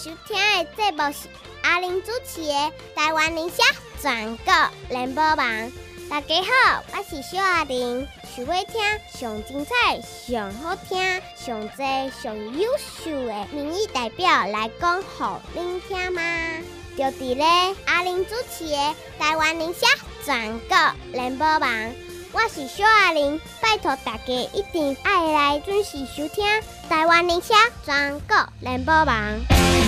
收听的节目是阿玲主持的《台湾人社全国联播网》。大家好，我是小阿玲。想要听上精彩、上好听、上多、上优秀的民意代表来讲给您听吗？就伫咧阿玲主持的《台湾人社全国联播网》。我是小阿玲，拜托大家一定要来准时收听台湾人社全国联播网。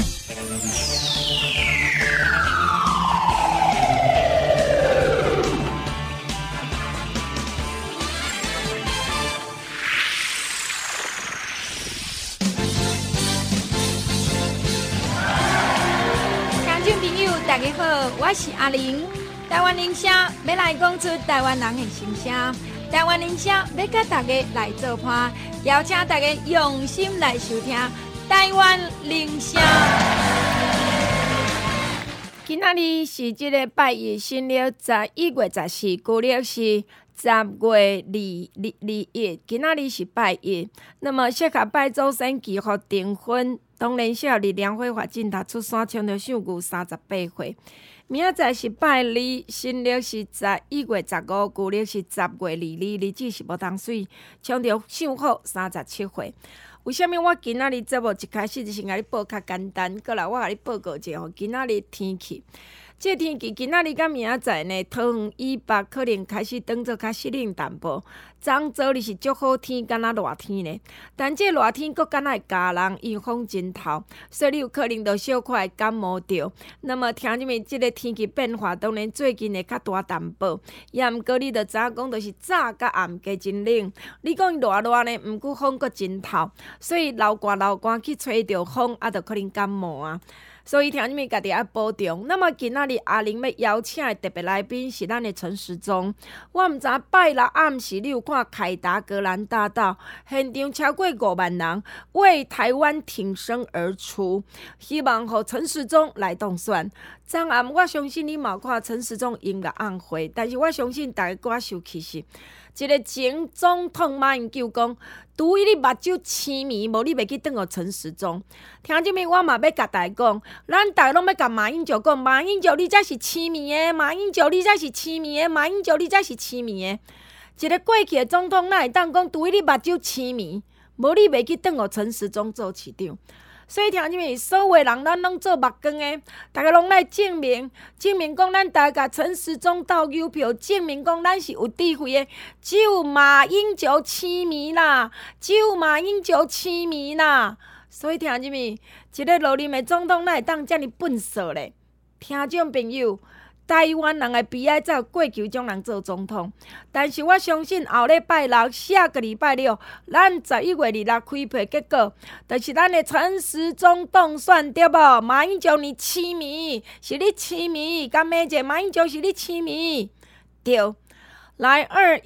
听众朋友，大家好，我是阿玲。台湾人社要来讲出台湾人的心声，台湾人社要甲大家来做伴，邀请大家用心来收听台湾人社。今仔日是这个拜一，新历11月14，旧历是10月21，今仔日是拜一。那么适合拜祖先、祈福、订婚，当然适合力量会发展踏出山唱着秀牛38岁。明仔载是拜二，新历是11月15，旧历是10月22，日子是无当水，唱着秀好37岁。为什么我今仔日节目一开始就先甲你报较简单，过来我甲你报告一下今仔日天气。这天气今仔日甲明仔载呢，桃园以北可能开始转做较湿冷淡薄。昨日是足好天，敢若热天呢。但这热天阁敢若会加人，因风真透，所以你有可能就小可会感冒着。那么听入面，这个天气变化当然最近会较大淡薄，也毋过你着知影讲，就是早甲暗加真冷。你讲热呢，毋过风阁真透，所以流汗去吹着风，就可能感冒啊。所以听你们家己要保重。那么今仔日阿玲要邀请的特别来宾是咱的陈时中。我毋知拜六暗时你有看凯达格兰大道现场超过5万人为台湾挺身而出，希望让陈时中来当选。昨暗我相信你嘛有看陈时中音乐晚会，但是我相信大家搁较受气是。一个前总统马英九讲，除非你目睭痴迷，无你袂去转互陈时中。听即面我嘛要甲大家讲，咱大家拢要甲马英九讲，马英九你才是痴迷的，马英九你才是痴迷的，马英九你才是痴迷的。一个过去的总统哪会当讲，除非你目睭痴迷，无你袂去转互陈时中做市长。所以听入面，所有人咱拢做目光的，大家拢来证明讲咱大家陈时中斗邮票，证明讲咱是有智慧的。只有马英九痴迷啦，只有马英九痴迷啦。所以听入面，一个落任的总统哪会当遮尔笨拙咧？听众朋友。台湾人的悲哀才有过去种人做总统，但是我相信后礼拜六、下个礼拜六，咱11月26开票结果，就是咱的陈时中当选对无？马英九你痴迷，是你痴迷，敢咩者？马英九是你痴迷，对。来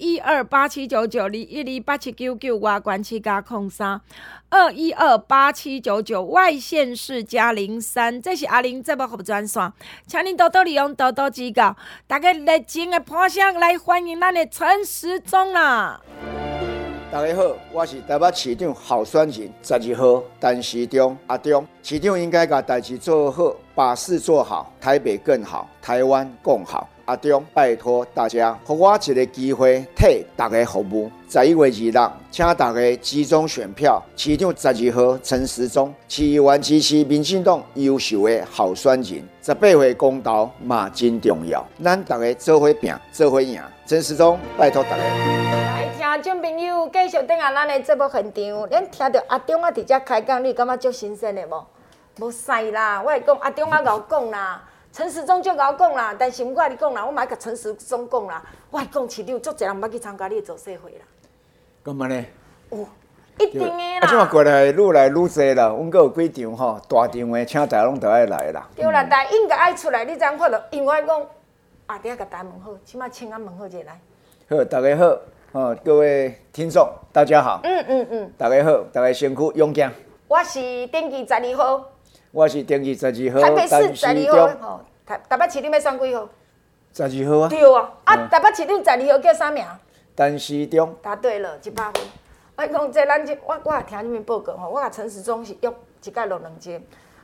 212879921187999外关7加03 2128799外县市加03，这是阿玲节目服务专线，请您多多利用，多多指教。大家热情的拍声来欢迎咱的陈时中啦！ 大家好，我是台北市长候选人12号陈时中阿中。市长应该把代志做好，把事做好，台北更好，台湾更好。阿中，拜托大家，给我一个机会，替大家服务。11月26，请大家集中选票，市长12号陈时中，市议员支持民进党优秀的候选人。18岁公投嘛真重要，咱大家做伙拼，做伙赢。陈时中，拜托大家。 来，听众朋友，继续等下咱的节目现场，咱听到阿中啊伫遮开讲，你感觉足新鲜的无？无使啦，我会讲阿中啊敖讲啦。陈时中就敖讲啦，但是毋过你讲啦，我嘛甲陈时中讲啦，我会讲市长足侪人捌去参加你的造势会啦。 干嘛呢？ 哦，一定的啦。 即马过来愈来愈侪啦，阮阁有几场吼大场的，请大家拢都爱来啦。 对啦，但应该爱出来，你知影看到？因为我讲啊，等下甲大家问好，起码请问好者来。 好，大家好，各位听众，大家好。大家好，大家身躯勇敢。 我是登记12号。 我是登记12号， 台北市12号，吼，台北市长要选几号 ？12号啊。 对啊，台北市长12号叫啥名？ 陈时中。答对了，100分。我讲这咱我也听你们报告吼，我甲陈时中是约一届落2届。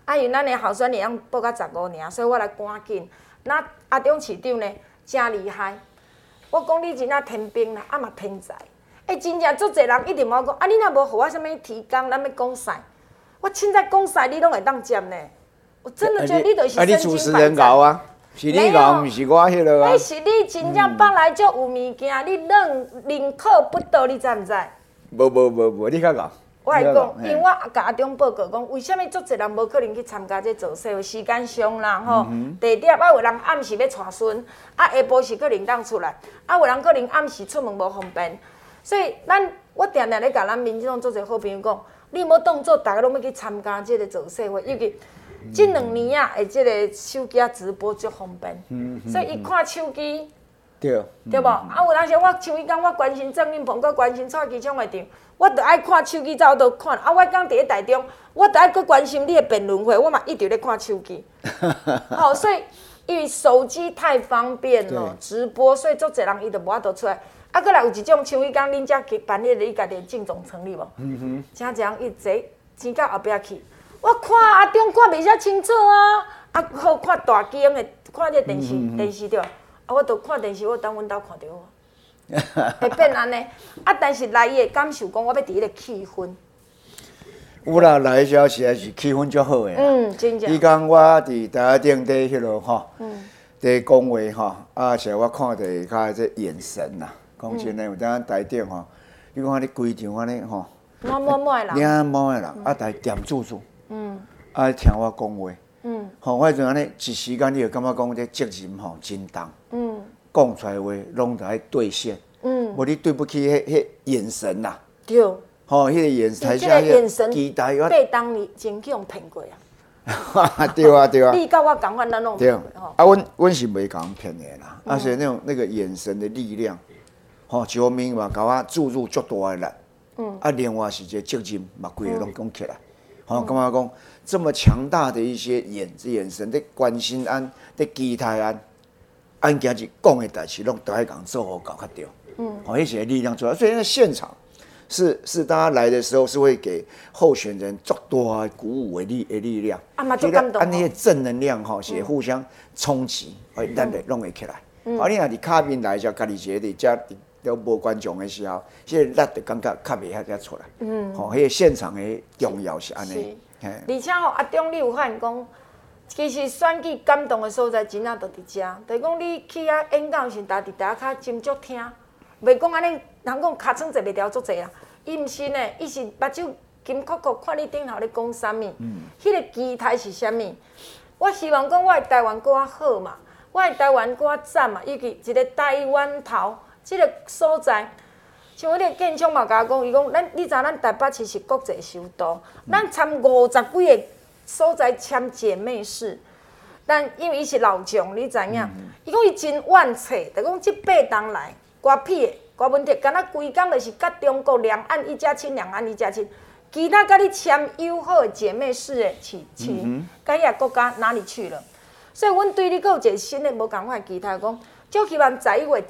因为咱的候选人报到15年，所以我来赶紧。那阿中市长呢，真厉害。我讲你真正天兵啦，嘛天才。真正足侪人一直问我讲，你若无互我啥物提纲，咱要讲啥？我凊彩讲啥，你拢会当接呢？我真的觉得你就是身你主持人搞啊？是你搞，毋是我迄落啊。 是你真正北来足有物件，你人口不多，你知毋知？ 无，你较搞。 我来讲，因为我甲阿中报告讲，为什么足侪人无可能去参加这造势？时间上啦吼，地点有人暗时要带孙，下晡是可能当出来，有人可能暗时出门无方便，所以我定定咧甲咱民众足侪好朋友讲，你莫当作大家拢要去参加这个造势会，尤其这2年啊，这个手机直播足方便，所以伊看手机。对无？有当时我像伊讲，我关心郑运鹏，搁关心蔡其昌会场，我着爱看手机，才有得看。我讲伫咧台中，我着爱搁关心你的辩论会，我嘛一直咧看手机。所以因为手机太方便了，直播，所以足侪人伊就无法度出来。搁来有一种像伊讲，恁遮办迄个伊家己的竞总成立无？真侪人一坐钱到后壁去，我看阿中看袂遐清楚啊，好看大间的，看这电视着。我著看电视，我当阮兜看着我，会变安尼。但是来伊会感受讲，我要伫迄个气氛。 有啦，来时候实在是气氛足好诶。 真正。 伊讲我伫台顶底迄落吼，伫讲话吼，是我看着较这眼神啦。讲真诶，有当台顶吼，你看你规场安尼吼， 满诶人， 满诶人，台点住，听我讲话。我迄阵安尼一时间，你就感觉讲这责任吼真重。讲出来话拢得爱兑现。无你对不起迄眼神啦。对。迄个眼神，台下迄个期待， 8当年真去用骗过啊。对啊。 你甲我共款，咱拢对。阮是袂共骗的啦，所以那个眼神的力量，球迷嘛，甲我注入足大的力。另外是这责任嘛，规个拢讲起来。感觉讲这么强大的一些眼神在关心咱，在期待咱今日讲的代志，拢都爱讲做好搞较对。一些力量出来，所以那现场是大家来的时候是会给候选人足大鼓舞的力量。 就感动。 那些正能量是会互相冲击，咱会弄会起来。你若伫卡面来就家己一个伫遮。了无观众的时候，迄个力就感觉较袂遐出来。迄个现场的重要是安尼。 而且阿中你有发现讲，其实选举感动的所在真正就伫遮，就是讲你去演讲时，大家伫台下较斟酌听，袂讲安尼，人讲尻川坐袂牢足济啦。伊毋是呢，伊是目睭金酷酷看你顶头咧讲啥物，迄个期待是啥物？我希望讲我的台湾搁较好嘛，我的台湾搁较赞嘛，尤其一个台湾头。即个所在，像迄个建昌嘛，甲我讲，伊讲，你知咱台北市是国际首都，咱参50几个所在签姐妹市，但因为伊是老将，你知影？伊讲伊真怨切，就讲即8当来，瓜屁的，瓜问题，敢若规工就是甲中国两岸一家亲，两岸一家亲，其他甲你签友好的姐妹市的市，甲遐国家哪里去了？所以，阮对你有一个新的无共款期待，讲，就希望11月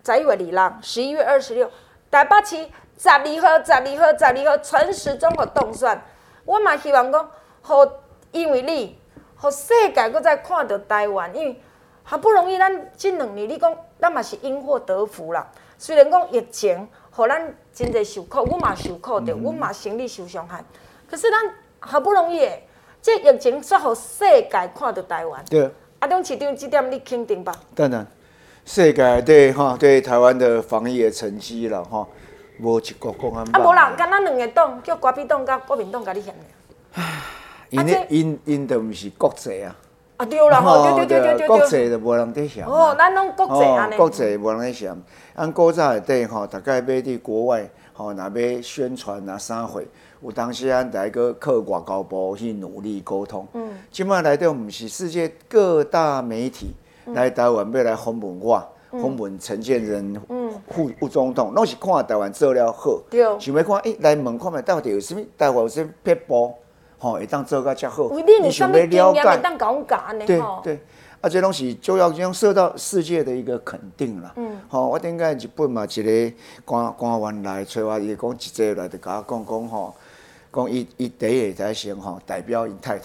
26、11月26，台北市12号陈时中互当选。我嘛希望讲，因为你，互世界搁再看到台湾，因为好不容易咱这2年，你讲咱嘛是因祸得福啦。虽然讲疫情，互咱真侪受苦，阮嘛受苦着，阮嘛心理受伤害。可是咱好不容易的，这疫情煞互世界看到台湾。 对。 阿中市长，这点你肯定吧？ 当然。世界对台湾的防疫的成绩啦，无一国讲安。 无啦，敢若2个党，叫国民党甲国民党甲你嫌的。因就毋是国际啊。 对啦，对。 国际就无人在嫌。 咱拢国际安尼。 国际无人在嫌，按古早内底大概要伫国外若要宣传啊啥货，有当时咱来个靠外交部去努力沟通。即摆内底毋是世界各大媒体。来台湾要来访问我，访问陈建仁副总统，拢是看台湾做了好，想要看来问看觅到底有啥物台湾有啥撇步，会当做甲遮好。 你想要了解，会当甲阮教安尼对，这拢是主要种受到世界的一个肯定啦。我顶个日本嘛一个官员来找我，伊讲一坐来就甲我讲，讲伊第一个先代表因太太。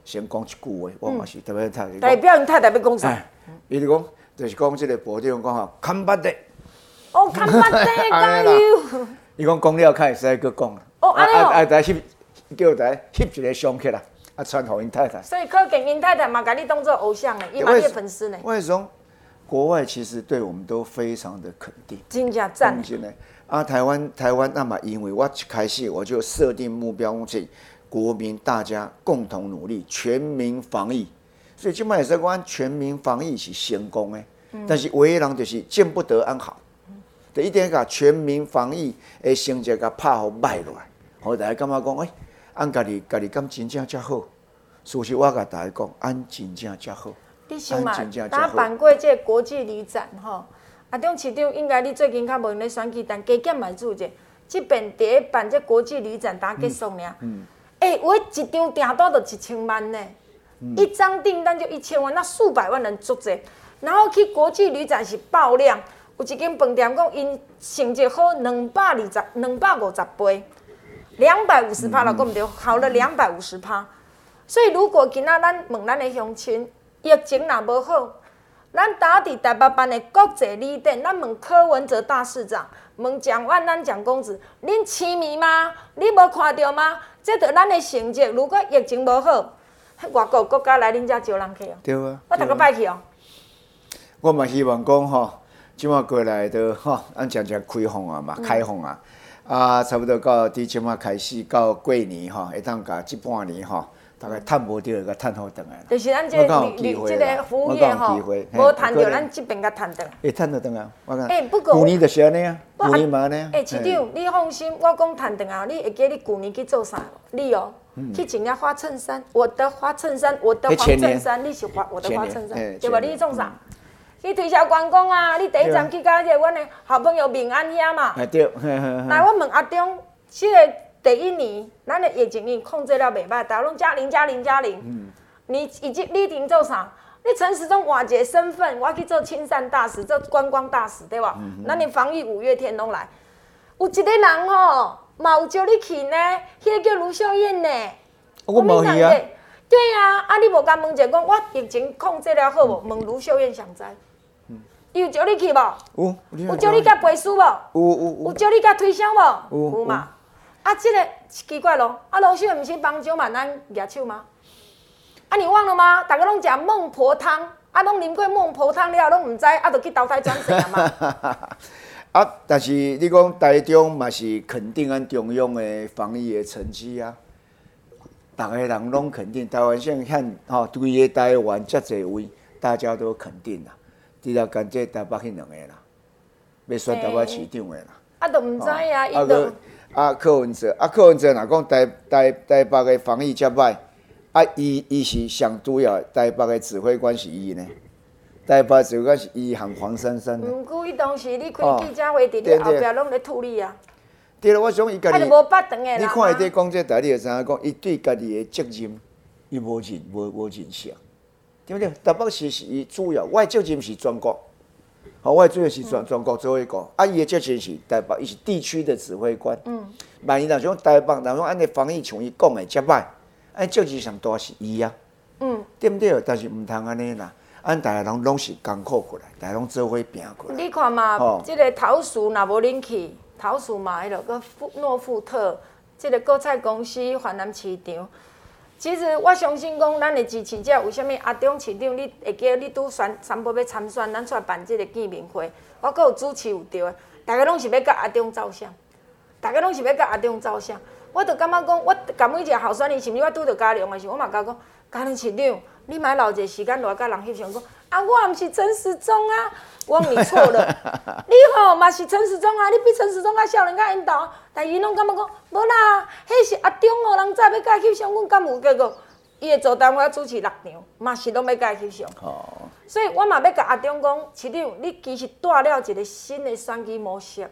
先讲一句话，我嘛是特别太代表因太太要讲啥？ 伊就讲，就是讲即个部长讲吼，看捌的。 哦，看捌的，加油！ 伊讲了，开会使搁讲啦。 哦，安尼哦。 大家叫大家翕一个相克啦，传互因太太。 所以可见因太太嘛，把你当做偶像呢，伊嘛你粉丝呢。 我是说，国外其实对我们都非常的肯定。 真正赞。 真的啊，台湾那么，因为我一开始我就设定目标，是国民大家共同努力，全民防疫。所以即摆也是讲全民防疫是成功的，但是有的人就是见不得安好，就一定甲全民防疫的成绩甲拍好歹落来，互大家感觉讲，按家己敢真正遮好。事实我甲大家讲，按真正遮好。 你想嘛，打办过这国际旅展吼，中市长应该你最近较无用咧选举，但加减嘛做者，即边第一办这国际旅展打结束尔，有一张订单就1000万呢。一张订单就1000万，那数百万人足者，然后去国际旅展是爆量，有一间饭店讲因成绩好250倍，250%啦，讲毋对，好了250%。所以如果今仔咱问咱的乡亲，疫情若无好，咱打伫台北办的国际旅展，咱问柯文哲大市长，问蒋万安蒋公子，恁痴迷吗？你无看到吗？这着咱的成绩，如果疫情无好。外国国家来恁遮招人去哦， 对啊， 我逐个摆去哦。 我嘛希望讲吼，即马过来都吼，咱渐渐开放啊嘛，开放啊，差不多到伫即马开始到过年吼，会当甲即半年吼，大概趁无着甲趁好转来。 就是咱这个服务业吼，无趁着咱即边甲趁转来。 会趁着转来，我讲。 不过去年就是安尼啊，去年嘛安尼啊。 市长，你放心，我讲趁转来，你会记你去年去做啥？你哦。去穿了花衬衫，我的花衬衫，我的黄衬衫，你是我的花衬衫，对吧？你去创啥？去推销员工啊！你第一站去甲阮的好朋友民安遐嘛？ 对。 来，我问阿中，这个第一年，咱的疫情伊控制了袂歹，大家拢加零。你停做啥？你陈时中换一个身份，我去做亲善大使，做观光大使，对吧？咱的防疫5月天拢来，有一个人吼。嘛有招你去呢，迄个叫卢秀燕呢。 我冇去啊。 对啊，你无甲问者讲，我疫情控制了好无？问卢秀燕详知。伊有招你去无？有招你甲背书无？有招你甲推销无？有嘛？这个奇怪咯。卢秀燕毋是帮酒嘛，咱举手吗？你忘了吗？大家拢食孟婆汤，拢啉过孟婆汤了，拢毋知，就去投胎转世啊嘛。 但是你讲台中嘛是肯定咱中央的防疫的成绩啊，大家人拢肯定。台湾省遐规个台湾遮侪位，大家都肯定啦。除了干这台北迄2个啦，要选台北市长的啦。 都毋知啊，伊都。 柯文哲若讲台北的防疫遮歹，伊是上主要台北的指挥官是伊呢。台北指挥官是伊和黄珊珊。 毋过伊当时你开记者会，伫你后壁拢咧处理啊。 对了，我想伊家己。 就无巴长的啦。 你看伊在讲这代，你就知影讲，伊对家己的责任，伊无认识，对不对？台北市是伊主要，我的责任是全国，我的主要是全国指挥官，伊的责任是台北，伊是地区的指挥官。万一若像台北，若讲安尼防疫像伊讲的遮歹，责任上大是伊啊。对不对？但是毋通安尼啦。大家人拢是艰苦过来，大家拢做伙拼过来。 你看嘛，这个桃树若无恁去，桃树嘛，迄落个诺富特，这个果菜公司、华南市场。其实我相信讲，咱的支持者为什么阿中市长，你会记得你拄宣布要参选，咱出来办这个见面会，我阁有主持有对的，大家拢是要甲阿中照相，我就感觉讲，我甲每一个候选人，甚至我拄着嘉良的时候，我嘛甲讲，嘉良市长。你买留一个时间落来甲人翕相，讲我毋是陈时中啊，我讲你错了，你吼嘛是陈时中啊，你比陈时中较少年较引导，但伊拢感觉讲无啦，迄是阿中哦，人早要甲伊翕相，阮敢有结果？伊的组单位主持6场，嘛是拢要甲伊翕相。所以我嘛要甲阿中讲，市长，你其实带了一个新的选举模式，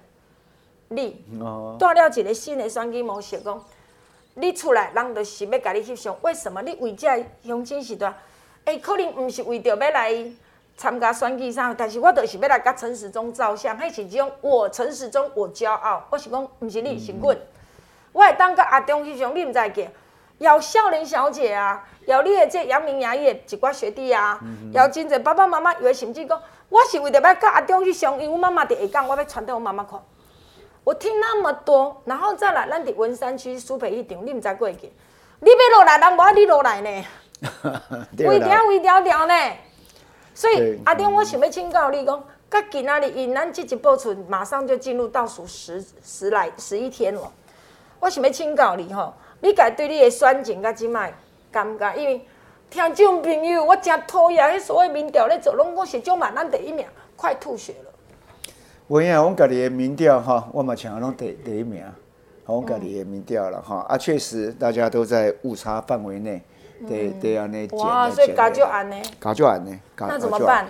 讲。你出来，人就是要甲你翕相。为什么？你为这乡亲时代，可能毋是为着要来参加选举啥，但是我就是要来甲陈时中照相。迄是一种我陈时中我骄傲。我是讲，毋是你，是阮。我会当甲阿中翕相，你毋知记？ 邀少年小姐啊，邀你的这阳明牙医的一寡学弟啊，邀真侪爸爸妈妈，有的甚至讲，我是为着要甲阿中去相遇，我妈妈伫下港，我要传给我妈妈看。我听那么多，然后再来，咱伫文山区苏培迄场，你毋知过去？你要落来，人无爱你落来呢，微调呢。所以阿中，我想要请教你讲，甲今仔日因咱这一报春马上就进入倒数11天了。我想要请教你吼，你家对你的选情甲即摆感觉？因为听众朋友，我真讨厌迄所谓民调咧做，拢讲是中满咱第一名，快吐血了。 有影，阮家己的民调哈，我嘛像拢第一名，阮家己的民调了哈啊，确实大家都在误差范围内，对安尼减。 哇，所以加足案呢？ 加足案呢？ 那怎么办？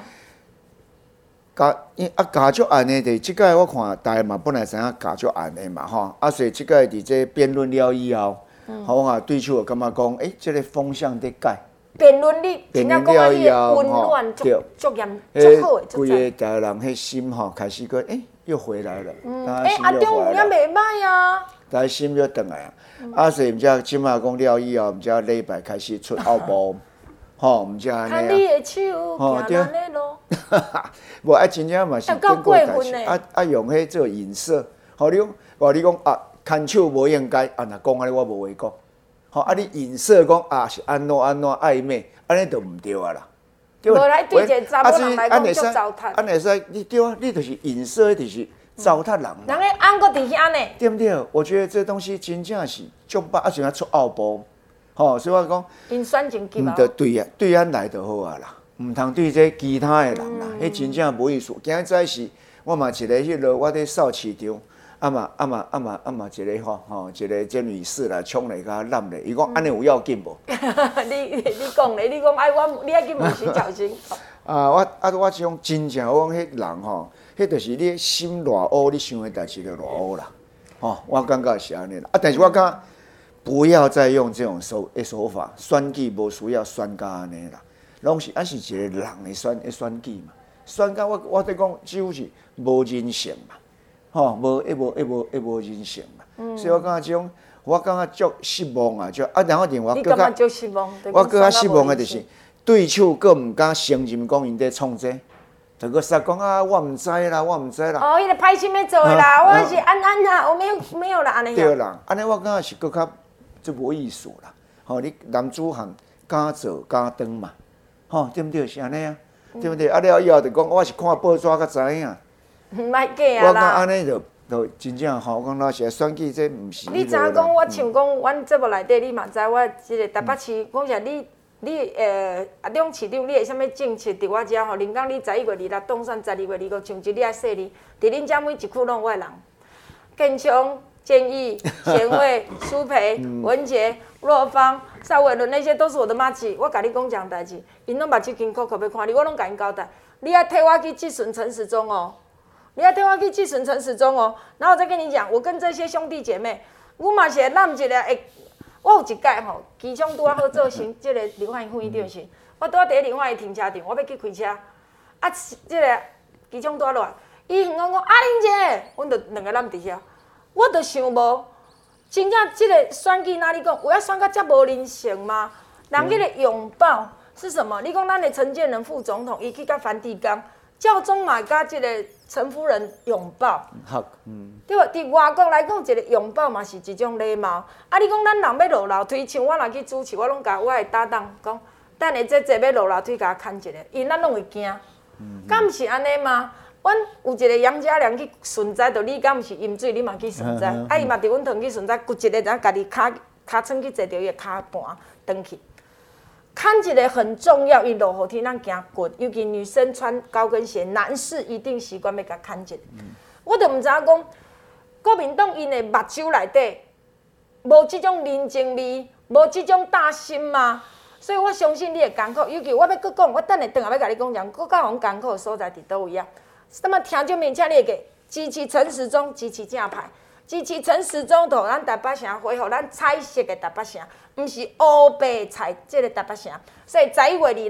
加足案呢？即届我看大家嘛本来知影加足案的嘛吼，啊，所以即届伫这辩论了以后，我啊对手就感觉讲，这个风向在改。 辩论你真正讲啊，你的温暖足严足好的， 规个台湾人迄心吼开始个又回来了。 阿中也袂歹啊。 大家心又回来啊！所以毋知即马讲了以后，毋知礼拜开始出奥步，吼，毋知安尼啊。 看你的手，行咱的路。 无啊，真正嘛是经过代志，用迄做影射，吼你话你讲啊，牵手无应该，啊若讲安尼我无话讲。吼，啊！你影射讲啊是安怎暧昧，安尼就毋对啊啦。 无来对一个查某人来讲足糟蹋。 安会使，你对啊，你就是影射，就是糟蹋人。 人个安搁伫遐呢？ 对不对？我觉得这东西真正是足歹，而且要出奥步，吼，所以我讲， 因选情急啊。 毋得对咱来就好啊啦，毋通对这其他的人啦，迄真正无意思。今日早是，我嘛一个迄落，我伫扫市场。一个一个这女士来冲来甲揽咧，伊讲安尼有要紧无？ 你讲咧，你讲爱我，你爱去问徐巧芯。 我种真正我讲迄人吼，迄就是你心偌乌，你想的代志就偌乌啦。我感觉是安尼啦。但是我讲不要再用这种手法，选举无需要选甲安尼啦，拢是是一个人的选举嘛，选甲我在讲几乎是无人性嘛。吼，无人性嘛，所以我感觉种，我感觉足失望啊，然后另外你感觉足失望？ 我更较失望的就是对手佫毋敢承认讲因在创这，就佫煞讲啊，我毋知啦。 哦，伊个歹心要做的啦，我是安啦，我没有啦，安尼。 对啦，安尼我感觉是佫较足无意思啦。吼，你男主行敢做敢当嘛，吼，对毋对？是安尼啊，对毋对？了以后就讲我是看报纸才知影。 毋爱假啊啦！ 我讲安尼就真正吼，我讲那是选举，这毋是。 你知影讲，我像讲，阮节目内底，你嘛知我即个台北市，讲实你阿中市长，你的啥物政策伫我遮吼？临港你11月26当选，12月25上集你爱说你，伫恁遮每一区拢有我的人。建昌、建义、贤惠、苏培、文杰、洛芳、邵伟伦，那些都是我的妈吉。我甲你讲一件代志，因拢目睭辛苦要看你，我拢甲因交代，你爱替我去质询陈时中哦。你要替我去质询陈时中哦，然后再跟你讲，我跟这些兄弟姐妹，我嘛是会揽一个我有一届吼，机场拄啊好做即个林焕英副院长时，我拄啊伫林焕英停车场，我要去开车，即个机场拄啊落来，伊向我讲阿玲姐，阮就两个揽伫遐，我就想无，真正即个选举哪里讲，有要选到遮无人性吗？人迄个拥抱是什么？你讲咱的陈建仁副总统，伊去甲梵蒂冈。教宗嘛，甲即个陈夫人拥抱，对吧？伫外国来讲，一个拥抱嘛是一种礼貌。你讲咱人要落楼梯，像我若去主持，我拢甲我的搭档讲，等下坐要落楼梯，甲牵一个，因咱拢会惊。敢毋是安尼吗？阮有一个杨家良去顺灾，就你敢毋是饮水，你嘛去顺灾。伊嘛伫阮堂去顺灾，骨一个人家己骹床去坐着伊的骹盘转去。看一个很重要，伊落雨天咱行骨，尤其女生穿高跟鞋，男士一定习惯要甲看一个。我就毋知影讲，国民党因的目睭内底无即种人情味，无即种大心吗？所以我相信你的艰苦，尤其我要搁讲，我等下要甲你讲讲，搁较艰苦的所在伫倒位啊？那么听众朋友，请你会支持陈时中，支持正派。支持陈时中，就咱台北城恢复咱彩色的台北城，毋是乌白彩这个台北城。所以11月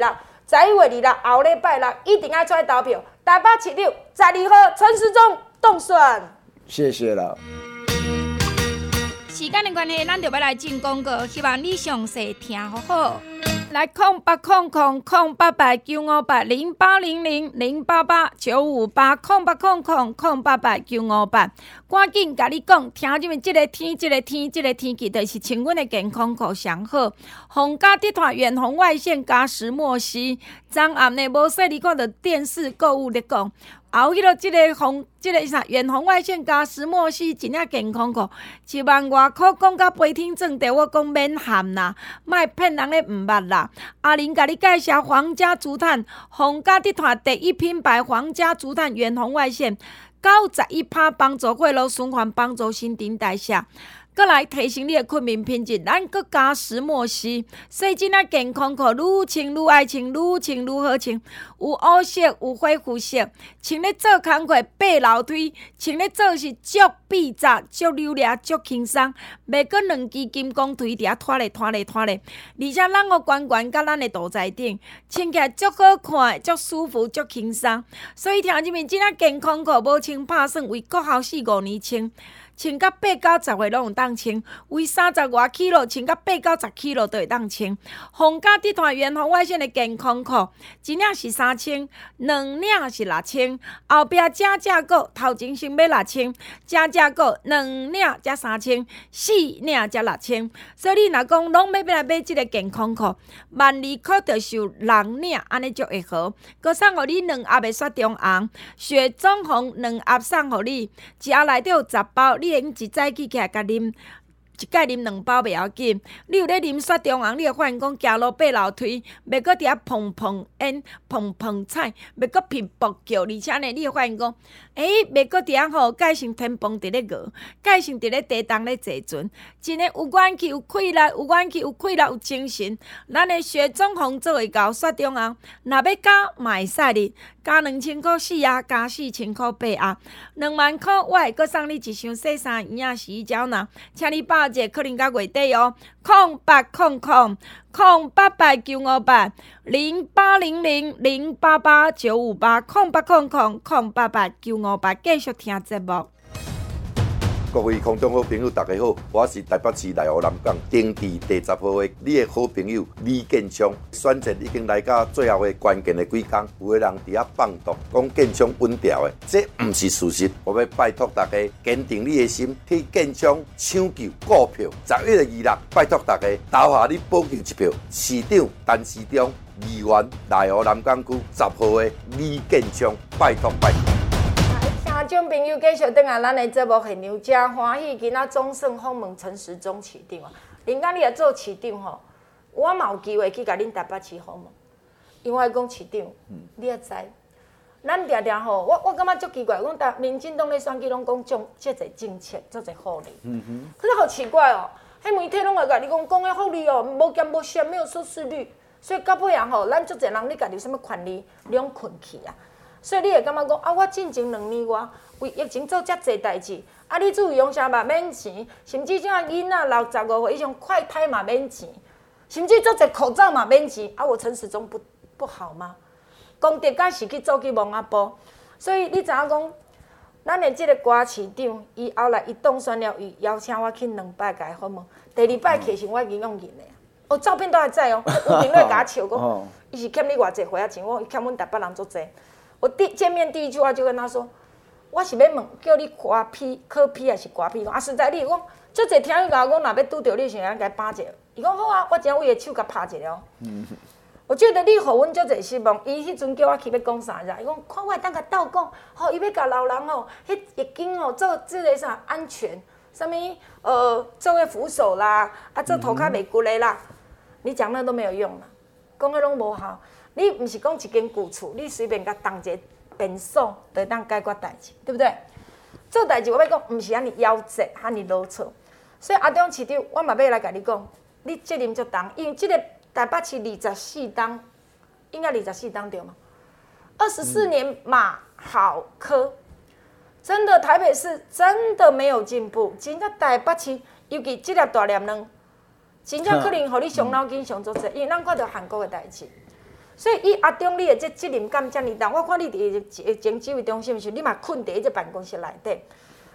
26后礼拜六一定要出来投票。台北市长12号陈时中当选。 谢谢了。 时间的关系，咱就要来进广告，希望你详细听好好。 来0800-0800-0888-958-0888-958，赶紧甲你讲，听即面即个天气，就是穿阮的健康裤上好。皇家集团远红外线加石墨烯，昨暗呢无说你看到电视购物咧讲。后迄个即个远红外线加石墨烯真正健康裤，1万外箍，讲到飞天转地，我讲免喊啦，莫骗人咧毋捌啦。阿玲甲你介绍皇家竹炭，皇家集团第一品牌皇家竹炭远红外线，91%帮助血路循环，帮助新陈代谢。搁来提升你的睡眠品质，咱搁加石墨烯，所以真正健康裤愈穿愈爱穿，愈穿愈好穿。有乌色，有恢复色，穿咧做工课爬楼梯，穿咧做是足笔杂、足流利、足轻松，袂搁两支金光腿伫遐拖咧，而且咱个悬悬甲咱的肚脐顶，穿起来足好看，足舒服，足轻松。所以听入面真正健康裤无穿拍算，为国校4-5年穿。穿到8到10岁拢有当穿，为30外 kg 穿到8到10 kg 都会当穿。皇家集团远红外线的健康裤，一领是3000，2领是6000，后壁加价购，头前先买6000，加价购2领加3000，4领加6000。所以你若讲拢要来买即个健康裤，12000块就收6领，安尼就会好。佮送互你2盒的雪中红，雪中红2盒送互你，一盒内底有10包。你用一早起来甲啉，一盖啉2包袂要紧。你有咧啉雪中红，你会发现讲行路爬楼梯，袂搁伫遐砰砰烟、砰砰踩，袂搁频扑叫，而且呢，你会发现讲，袂搁伫遐吼，改成天崩伫咧饿，改成伫咧地动咧坐船，真诶有元气、有气力、有元气、有气力、有精神。咱诶雪中红做会到雪中红，若要加嘛会使哩。加2000块4盒，加4000块8盒，2万块我会搁送你一箱洗衫液啊、洗衣胶囊，请你把握可能到月底哦。0800-0888-958，0800-088-958，0800-088-958，继续听节目。 各位空中好朋友，大家好，我是台北市内湖南港丁地第10号的你的好朋友李建昌。选战已经来到最后的关键的几天，有个人伫遐放毒，讲建昌稳掉的，这不是事实。我要拜托大家坚定你的心，替建昌抢救股票。11月26，拜托大家投下你宝贵一票。市长、陈市长、议员，内湖南港区10号的李建昌，拜托拜托。 听众朋友，继续登来咱的节目现场，真欢喜，今仔总算访问陈时中市长啊！林刚你来做市长吼，我嘛有机会去甲恁台北市访问，因为讲市长，你也知，咱常常吼，我感觉足奇怪，讲民进党咧选举拢讲种遮侪政策，遮侪福利，可是好奇怪哦，迄媒体拢会甲你讲迄福利哦，无减无减，没有收视率，所以到尾啊吼，咱足侪人你家己有啥物权利，你拢困去啊！所以你会感觉讲啊，我进前2年外为疫情做遮侪代志，啊，你注意用啥嘛免钱，甚至种囡仔65岁以上快胎嘛免钱，甚至做侪口罩嘛免钱，啊，我陈时中不好吗？功德敢是去做去蒙阿波，所以你知影讲，咱的即个歌市长，伊后来伊当选了，伊邀请我去2摆甲伊访问，第2摆其实我已经用认的，哦，照片都还在哦，有评论甲我笑讲，伊是欠你偌济岁啊钱，我欠阮台北人足济。我见面第一句话就跟他说：“我是要问，叫你刮批、科批还是刮批？啊，实在你讲，足侪听伊甲我讲，若要拄着你，想要甲伊拍一下。伊讲好啊，我真为伊手甲拍一下。我觉得你互阮足侪失望。伊迄阵叫我去要讲啥子？伊讲看我当甲倒讲，吼，伊要甲老人吼，迄疫情吼做即个啥安全，啥物做个扶手啦，啊做涂骹袂骨的啦，你讲那都没有用啦，讲迄拢无效。”你毋是讲一间旧厝，你随便甲动一个便所，就会当解决代志，对不对？做代志我要讲，毋是安尼夭折，安尼啰嗦。所以阿中市长，我嘛要来甲你讲，你责任足重，因为即个台北市24档，应该24档对吗？24年马好科，真的台北市真的没有进步，真正台北市，尤其即粒大念卵，真正可能互你伤脑筋伤足济，因为咱看到韩国的代志。所以，以阿中你的这责任感遮尔重，我看你伫前指挥中心的时候，你嘛困伫这办公室内底，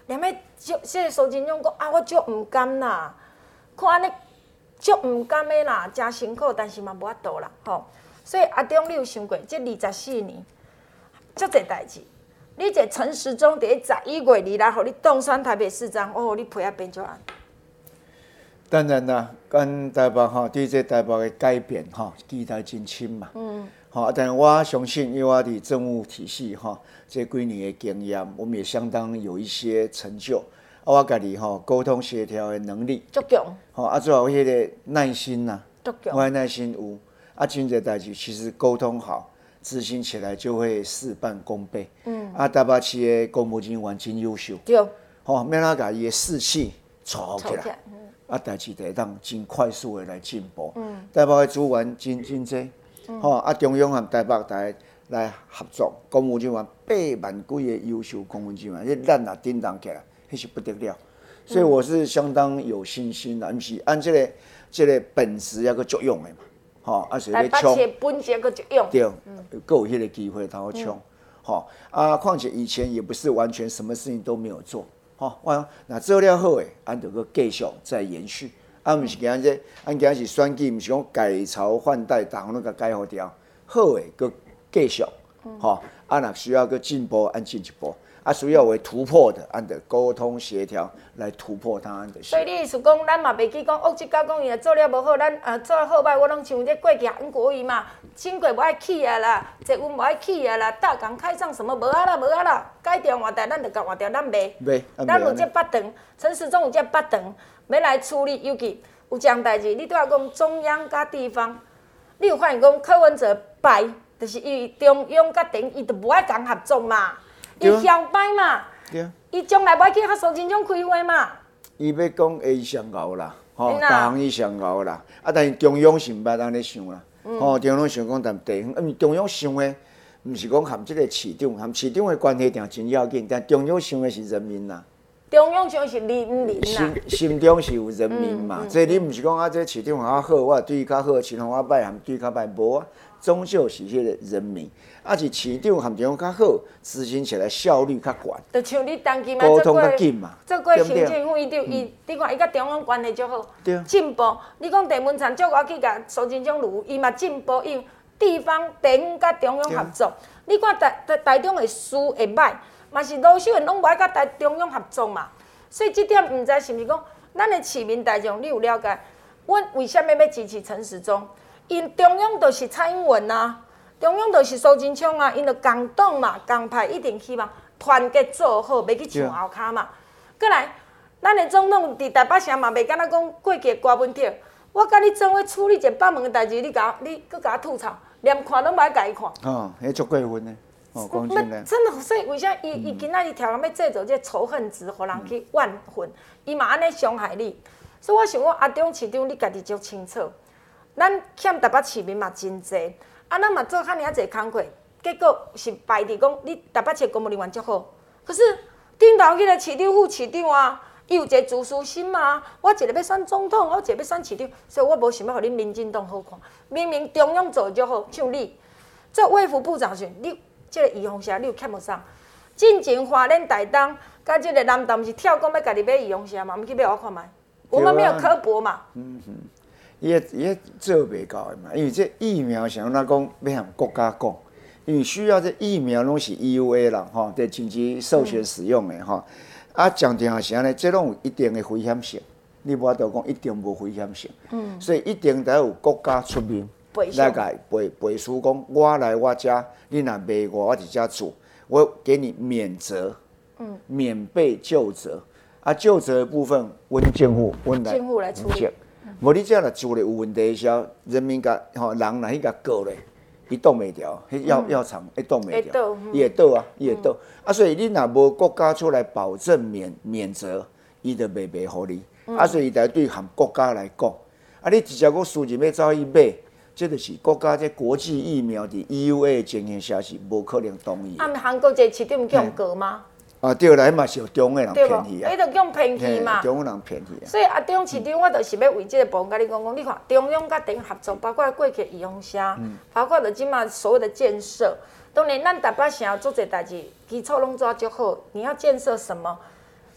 连迄即个苏金勇讲啊，我足毋甘啦，看安尼足毋甘的啦，真辛苦，但是嘛无法度啦，吼。所以阿中，你有想过，这24年，足侪代志。你这陈时中伫11月2日，互你当选台北市长，哦，你配合变怎样？ 当然啦，咱台北吼对这台北的改变吼期待真深嘛。但我相信，因为我伫政务体系吼这几年的经验，我们也相当有一些成就。我家己吼沟通协调的能力足强。 最后迄个耐心呐， 足强。 我的耐心有。真侪代志其实沟通好，执行起来就会事半功倍。台北市的公务人员真优秀。 对。 免哪甲伊的士气炒起来。代志会当真快速的来进步。台北的资源真济。中央和台北大家来合作，公务人员8万几个优秀公务人员，迄咱也叮当起来，迄是不得了。所以我是相当有信心啦，毋是按这个本质要个作用的嘛。是要冲。台北市本质个作用。 对，够有迄个机会通冲。况且以前也不是完全什么事情都没有做。那做了好诶，就个继续再延续。毋是今日，今日是选举，毋是讲改朝换代，逐项拢甲改好掉。好诶，个继续。若需要个进步，进一步。需要为突破的，就沟通协调来突破它的。 所以你意思讲，咱嘛袂去讲，这家讲伊若做了无好，咱做好歹，我拢像这过去韩国瑜嘛，轻轨无爱起啊啦，捷运无爱起啊啦，大港开唱什么无啊啦，改掉换代，咱就甲换掉，咱袂。咱有这八长，陈时中有这八长要来处理，尤其有一项代志，你拄仔讲中央甲地方，你有发现讲柯文哲败，就是伊中央甲地伊就无爱共合作嘛。伊嚣摆嘛，伊将来要去甲苏金忠开会嘛。 伊要讲伊上熬啦，逐项伊上熬啦。但是中央是毋捌安尼想啦，中央想讲但地方，中央想的毋是讲含即个市长，含市长的关系定真要紧，但中央想的是人民啦。 中央想的是人民啦。 心中是有人民嘛，所以你毋是讲这市长较好，我对伊较好，其他我歹含对伊较歹，无啊。终究是迄个人民，是市长含中央较好，执行起来效率较悬。 就像你当今沟通较紧嘛， 做过行政副院长，你看伊甲中央关系足好，进步。你讲郑文灿叫我去甲苏金忠卢，伊嘛进步，因地方地方甲中央合作。你看台中的事会歹，嘛是卢秀燕拢无爱甲中央合作嘛。所以这点毋知是毋是讲，咱的市民大众你有了解？阮为虾米要支持陈时中？因中央就是蔡英文啊，中央就是苏贞昌啊，因就共党嘛，共派一定希望团结做好，袂去抢后骹嘛。过来，咱的总统伫台北城嘛，袂敢若讲过去瓜文铁，我甲你做伙处理一百万的代志，你佮我吐槽，连看拢无爱甲伊看。 迄足过分呢。讲真的。 真的，所以为啥伊今仔日条要制造这仇恨值，互人去怨恨，伊嘛安尼伤害你。所以我想讲，阿中市长你家己足清楚。咱欠台北市民嘛真济，咱嘛做遐尔济工课，结果是败伫讲你台北市公务人员足好，可是顶头迄个市长副市长啊，伊有一个自私心嘛，我一个要选总统，我一个要选市长，所以我无想要互恁民进党好看。明明中央做足好，像你做卫福部长时，你即个预防社你有欠无啥？进前花莲台东，甲即个南投是跳讲要家己买预防社嘛，毋去买我看卖，我们没有刻薄嘛。 伊做袂到的嘛，因为这疫苗像咱讲要向国家讲，因为需要这疫苗拢是 EUA 啦，对紧急授权使用的强调是安尼，这拢有一定的危险性，你无法度讲一定无危险性，所以一定得有国家出面来甲背书讲，我来我家，你若卖我伫遮做，我给你免责，免被究责，究责的部分，阮政府来处理。 无你遮若做咧有问题的时候，人民人来去甲告咧，伊挡袂牢，迄药厂会挡袂牢，伊会倒啊，伊会倒。所以你若无国家出来保证免责，伊就袂互你。所以伊得对含国家来讲，你直接讲私人要走去买，这就是国家这国际疫苗伫 EUA 的情形下是无可能同意。 韩国这市长叫人告吗？ 对啦，嘛是有中的人骗去啊， 伊就叫骗去嘛， 中的人骗去啊。 所以中市长，我就是要为这个部分甲你讲，你看中央甲地方合作，包括过去预防社，包括就即马所有的建设，当然咱台北城做侪代志，基础拢做足好。你要建设什么？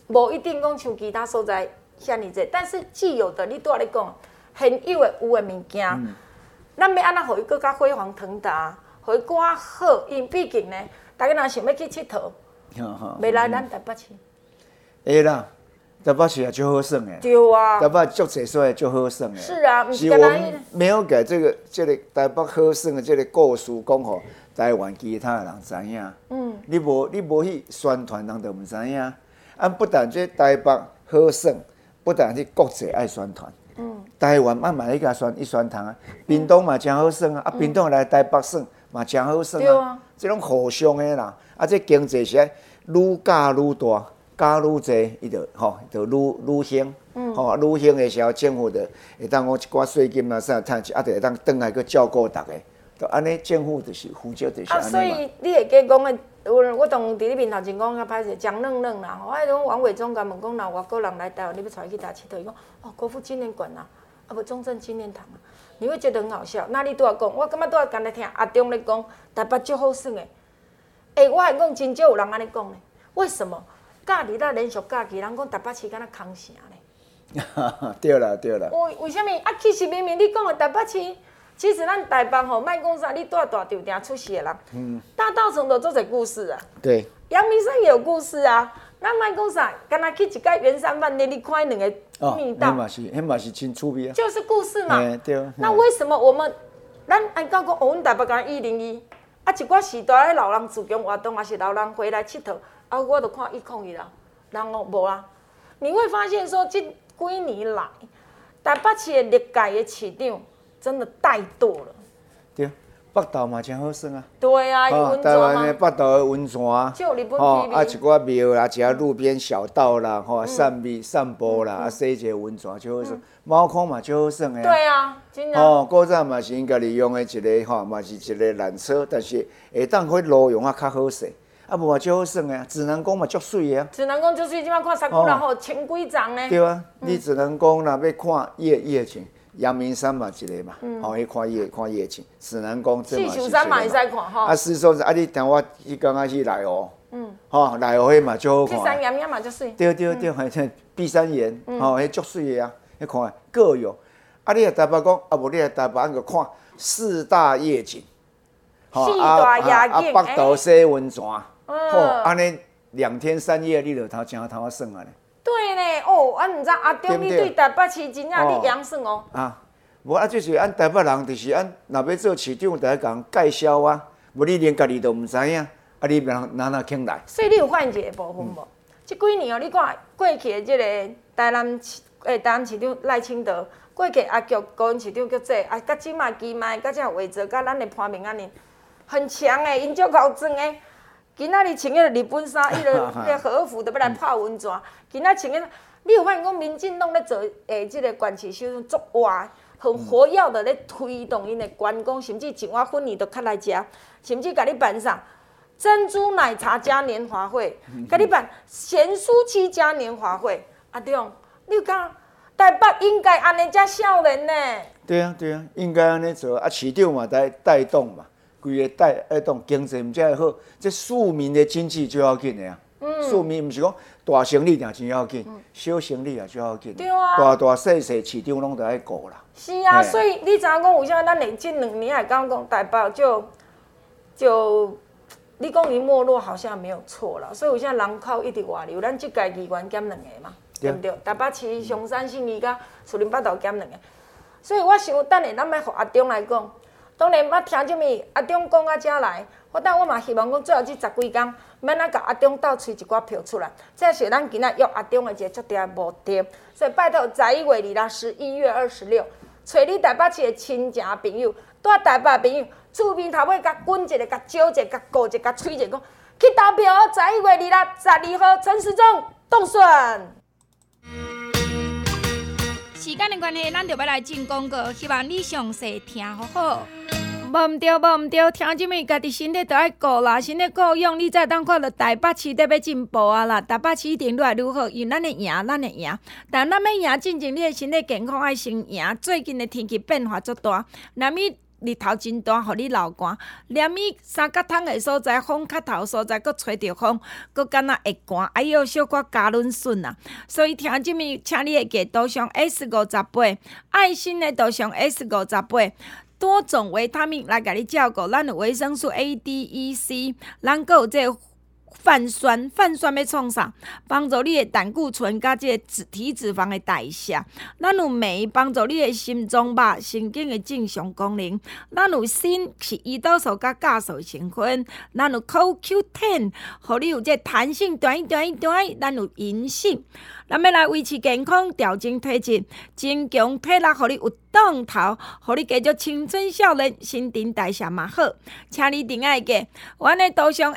无一定讲像其他所在遐尼济，但是既有的，你拄仔咧讲，现有的有的物件，咱要安怎互伊更较辉煌腾达，互伊更较好？因毕竟呢，大家若想要去佚佗，袂来咱台北市。 会啦，台北市也就好耍诶。 对啊。 台北足侪所在就好耍诶。 是啊，不是我们没有给这个台北好耍的这个故事讲互台湾其他的人知影。你无去宣传，人就唔知影。不但这台北好耍，不但去国际爱宣传。台湾慢慢去甲宣传啊，屏东嘛真好耍啊，屏东来台北耍嘛真好耍啊。这种互相的啦，这经济是爱愈加愈大。加愈济，伊就愈兴，愈兴的时候，政府就会当我一寡税金啦啥趁一，就会当转来去照顾大家，就安尼政府就是负责就是安尼嘛。 所以你会记讲的，我当伫你面头前讲较歹势，蒋嫩嫩啦，我迄种王伟忠甲问讲，若外国人来台湾，你要带去倒佚佗？伊讲哦，国父纪念馆啊，无中正纪念堂啊，你会觉得很好笑。那你拄仔讲，我感觉拄仔刚才听阿中咧讲，台北足好耍的，我还讲真少有人安尼讲呢，为什么？假日啦，连续假期，人讲台北市敢若空城咧。 对啦。 为什么？其实明明你讲的台北市，其实咱台北吼，莫讲啥，你住大稻埕出世的人，大稻埕都做者故事啊。 对。 阳明山也有故事啊。咱莫讲啥，敢若去一间圆山饭店，你看两个密道， 迄嘛是真趣味啊。 就是故事嘛。 对。 那为什么我们，咱按讲讲，阮台北敢101，一寡时代老人自强活动，也是老人回来佚佗。我就看101啦，然后无啦。你会发现说，这几年来，台北市的历届的市长真的怠惰了。 对，北投嘛真好耍啊。 对啊，有温泉啊。 台湾的北投的温泉， 就日本 TV。 一寡庙啦，一路边小道啦，散步啦，洗一个温泉就好耍。猫空嘛就好耍的。 对啊，真的。 古早嘛是因家己用的一个嘛是一个缆车，但是会当去路用较好势。无嘛足好耍的啊，指南宫嘛足水的啊。 指南宫足水，即摆看三姑人吼千几丛呢。 对啊，你指南宫若要看夜景，阳明山嘛一个嘛，去看夜景。指南宫这嘛是一个嘛。四山嘛会使看吼。 四山你听我迄刚仔去内湖，内湖迄嘛足好看。 碧山岩也嘛足水。 对，反正碧山岩，迄足水的啊，迄看各有。你来台北讲，无你来台北个看四大夜景， 四大夜景， 北投洗温泉。安尼2天3夜，你就真头算啊咧。 对呢，毋知阿中你对台北市真正你养算哦。 无就是按台北人，就是若要做市长，就要甲人介绍啊。无你连家己都毋知影，你哪肯来？ 所以你有发现一个部分无？即几年你看过去的即个台南市长赖清德，过去阿局高雄市长叫这，甲即马基迈，甲这魏哲，甲咱的潘明安尼，很强诶，因足够装诶。今仔日穿个日本衫，迄个和服，就要来泡温泉。今仔穿个，你有发现讲民进党咧做即个管市首长足活，很活跃的咧推动因的员工，甚至一碗粉圆都较来食，甚至甲你办啥珍珠奶茶加年华会，甲你办咸酥鸡加年华会。阿中，你有讲台北应该安尼才少年呢？ 对啊，应该安尼做。市长嘛带动嘛。规个带动经济，毋才会好。这市民的经济最要紧的啊。市民毋是讲大生意定真要紧，小生意也最要紧。 对啊。 大细市长拢得爱顾啦。 是啊，所以你知影讲为啥咱连这2年来讲台北就你讲伊没落好像没有错啦。所以为啥人口一直外流？咱这届议员减2个嘛，对不对？台北市、松山、信义甲树林北投减2个，所以我想等下咱要互阿中来讲。当然，我听这么阿中讲到遮来，我嘛希望讲最后这10几天，免咱甲阿中斗吹一寡票出来，这是咱今仔约阿中的一个足大目的。所以拜托11月2日、11月26，找你台北市的亲情朋友，住台北的朋友，厝边头尾甲滚一个、甲招一个、甲鼓一个、甲吹一个，讲去投票哦！11月2日、12号，陈时中当选。 时间的关系，咱就要来进广告，希望你详细听好好。 无毋对，听即物家己身体都爱顾啦，身体顾用，你才当看到台北市得要进步啊啦，台北市一定愈来愈好，因咱会赢。但咱要赢进前，你的身体健康爱先赢。最近的天气变化足大，若你日头真大，互你流汗。连伊三角桶的所在，风较透所在，佫吹着风，佫敢若会寒，哎哟，小可加润顺啊。所以听即面，请你会记图上 S58，爱心的图上 S58。多种维他命来甲你照顾，咱有维生素 A、D、E、C， 咱佫有这个泛酸要创啥？帮助你的胆固醇甲这个体脂肪的代谢。咱有镁，帮助你的心脏肉、神经的正常功能。咱有锌，是胰岛素甲酵素成分。咱有 CoQ10， 互你有这弹性短。咱有银杏。咱要来维持健康、调整体质、增强体力，互你有动头，互你继续青春少年、新陈代谢嘛好。请你定爱记，阮的图上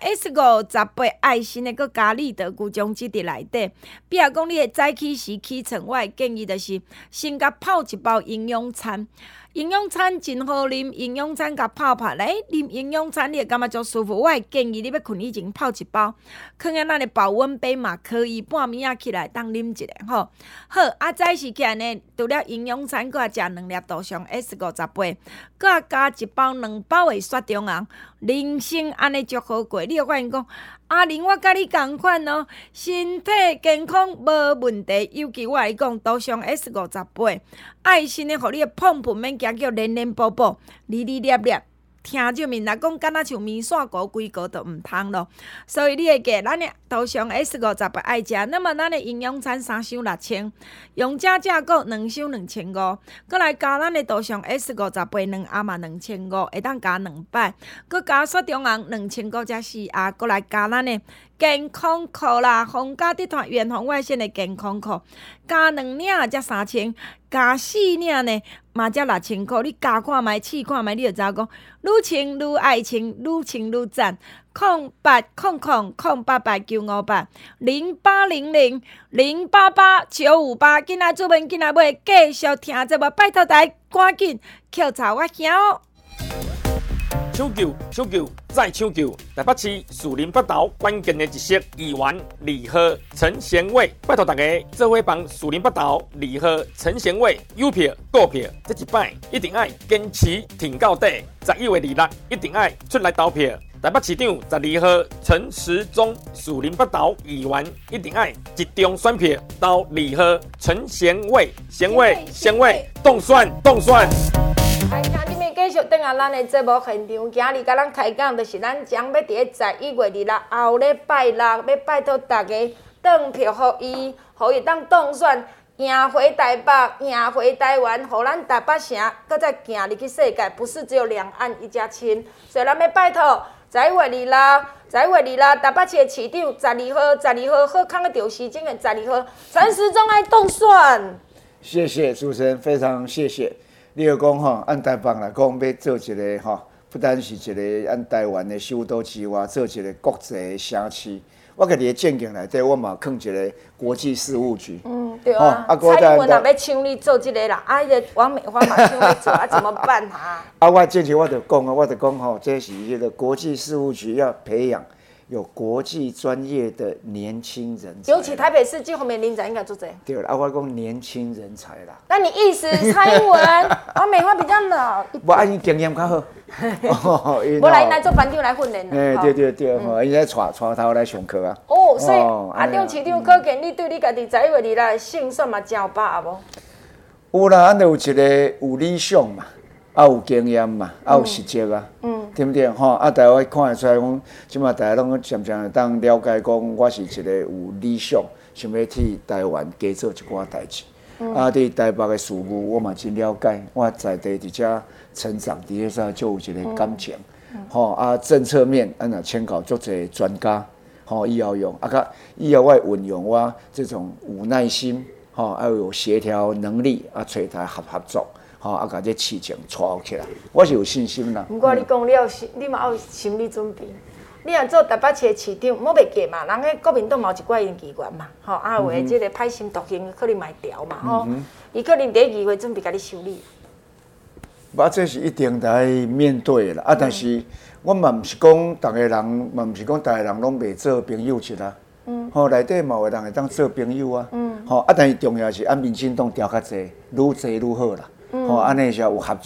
S58爱心的，佮加利得菇浆汁伫内底。比如讲，你的早起时起床，我会建议就是先甲泡一包营养餐。营养餐真好啉，营养餐甲泡来啉营养餐，你会感觉足舒服。我会建议你要困以前泡一包，放在咱的保温杯嘛可以，半暝仔起来当啉一个吼。好，早时起来呢，除了营养餐，佮食2粒图上 S58，佮加一包2包的雪中红，人生安尼足好过。你会发现讲，阿玲我甲你同款哦，身体健康无问题，尤其我来讲，图上 S58，爱心的，互你的碰碰免惊叫连补补，哩哩粒粒。听这面来讲，敢若像面线糊、规糊都毋通咯。所以你会记，咱的图上 S58爱食，那么咱的营养餐3箱6000，用加价购2箱2500，搁来加咱的图上 S58两盒嘛2500，会当加2摆，搁加雪中红2000才4盒，搁来加咱的健康裤啦，皇家集团远红外线的健康裤，加2领才3000，加4领呢嘛才6000块。你加看卖，试看卖，你就知影讲，愈穿愈爱穿，愈穿愈赞。0800-088-958 0800-088-958，紧来出门，紧来买，继续听节目，拜托大家赶紧扣槽我听哦。 抢救，再抢救！台北市树林北投关键的一色议员李贺陈贤伟，拜托大家做伙帮树林北投李贺陈贤伟邮票、购票，这一摆一定要坚持挺到底。11月26一定要出来投票。台北市长12号陈时中树林北投议员一定要集中选票投李贺陈贤伟，动选。 来，听你们继续等下咱的节目现场，今日甲咱开讲，就是咱将要伫个11月26后礼拜六，要拜托大家转票互伊当当选，赢回台北，赢回台湾，互咱台北城，搁再行入去世界，不是只有两岸一家亲，所以咱要拜托。11月26，台北市的市长12号好康的刘时珍的12号，陈时中来当选。 谢谢主持人，非常谢谢。你要讲吼，按台北来讲，要做一个吼，不单是一个按台湾的首都之外，做一个国际的城市。我家己的建议内底，我嘛放一个国际事务局。 对啊。蔡英文也要抢你做这个啦，迄个王美花嘛抢你做，怎么办啊？ 我之前我就讲吼，这是一个国际事务局要培养有国际专业的年轻人才， 尤其台北市这方面人才应该做这。 对了，我讲年轻人才啦。 那你意思蔡英文、王美花比较老？ 我按伊经验较好。 无来来做班长来训练啦。 对，吼，伊在带头来上课啊。 哦，所以阿中市长可见你对你家己11月26胜算嘛真有把握无？ 有啦，咱就有一个有理想嘛，有经验嘛，有实际啊。对不对？吼，大家看得出来，讲即马大家拢渐渐当了解，讲我是一个有理想，想要替台湾多做一寡代志。对台北的事务，我嘛真了解，我在地伫遮成长，伫遐就有一个感情。政策面，若请教足侪专家，以后用，以后我会运用我这种有耐心，要有协调能力，找台合作。甲这事情带起来，我是有信心啦。 不过你讲了，你嘛要有心理准备。你若做台北市的市长，莫袂记嘛，人个国民党嘛有一寡议员嘛，有诶，即个歹心毒性可能嘛会调嘛，伊可能第一议会准备甲你修理。 这是一定来面对啦。但是我嘛毋是讲逐个人，嘛毋是讲逐个人拢袂做朋友去啦。内底嘛有人会当做朋友啊。但是重要是民进党调较济，愈济愈好啦。安尼才有合作，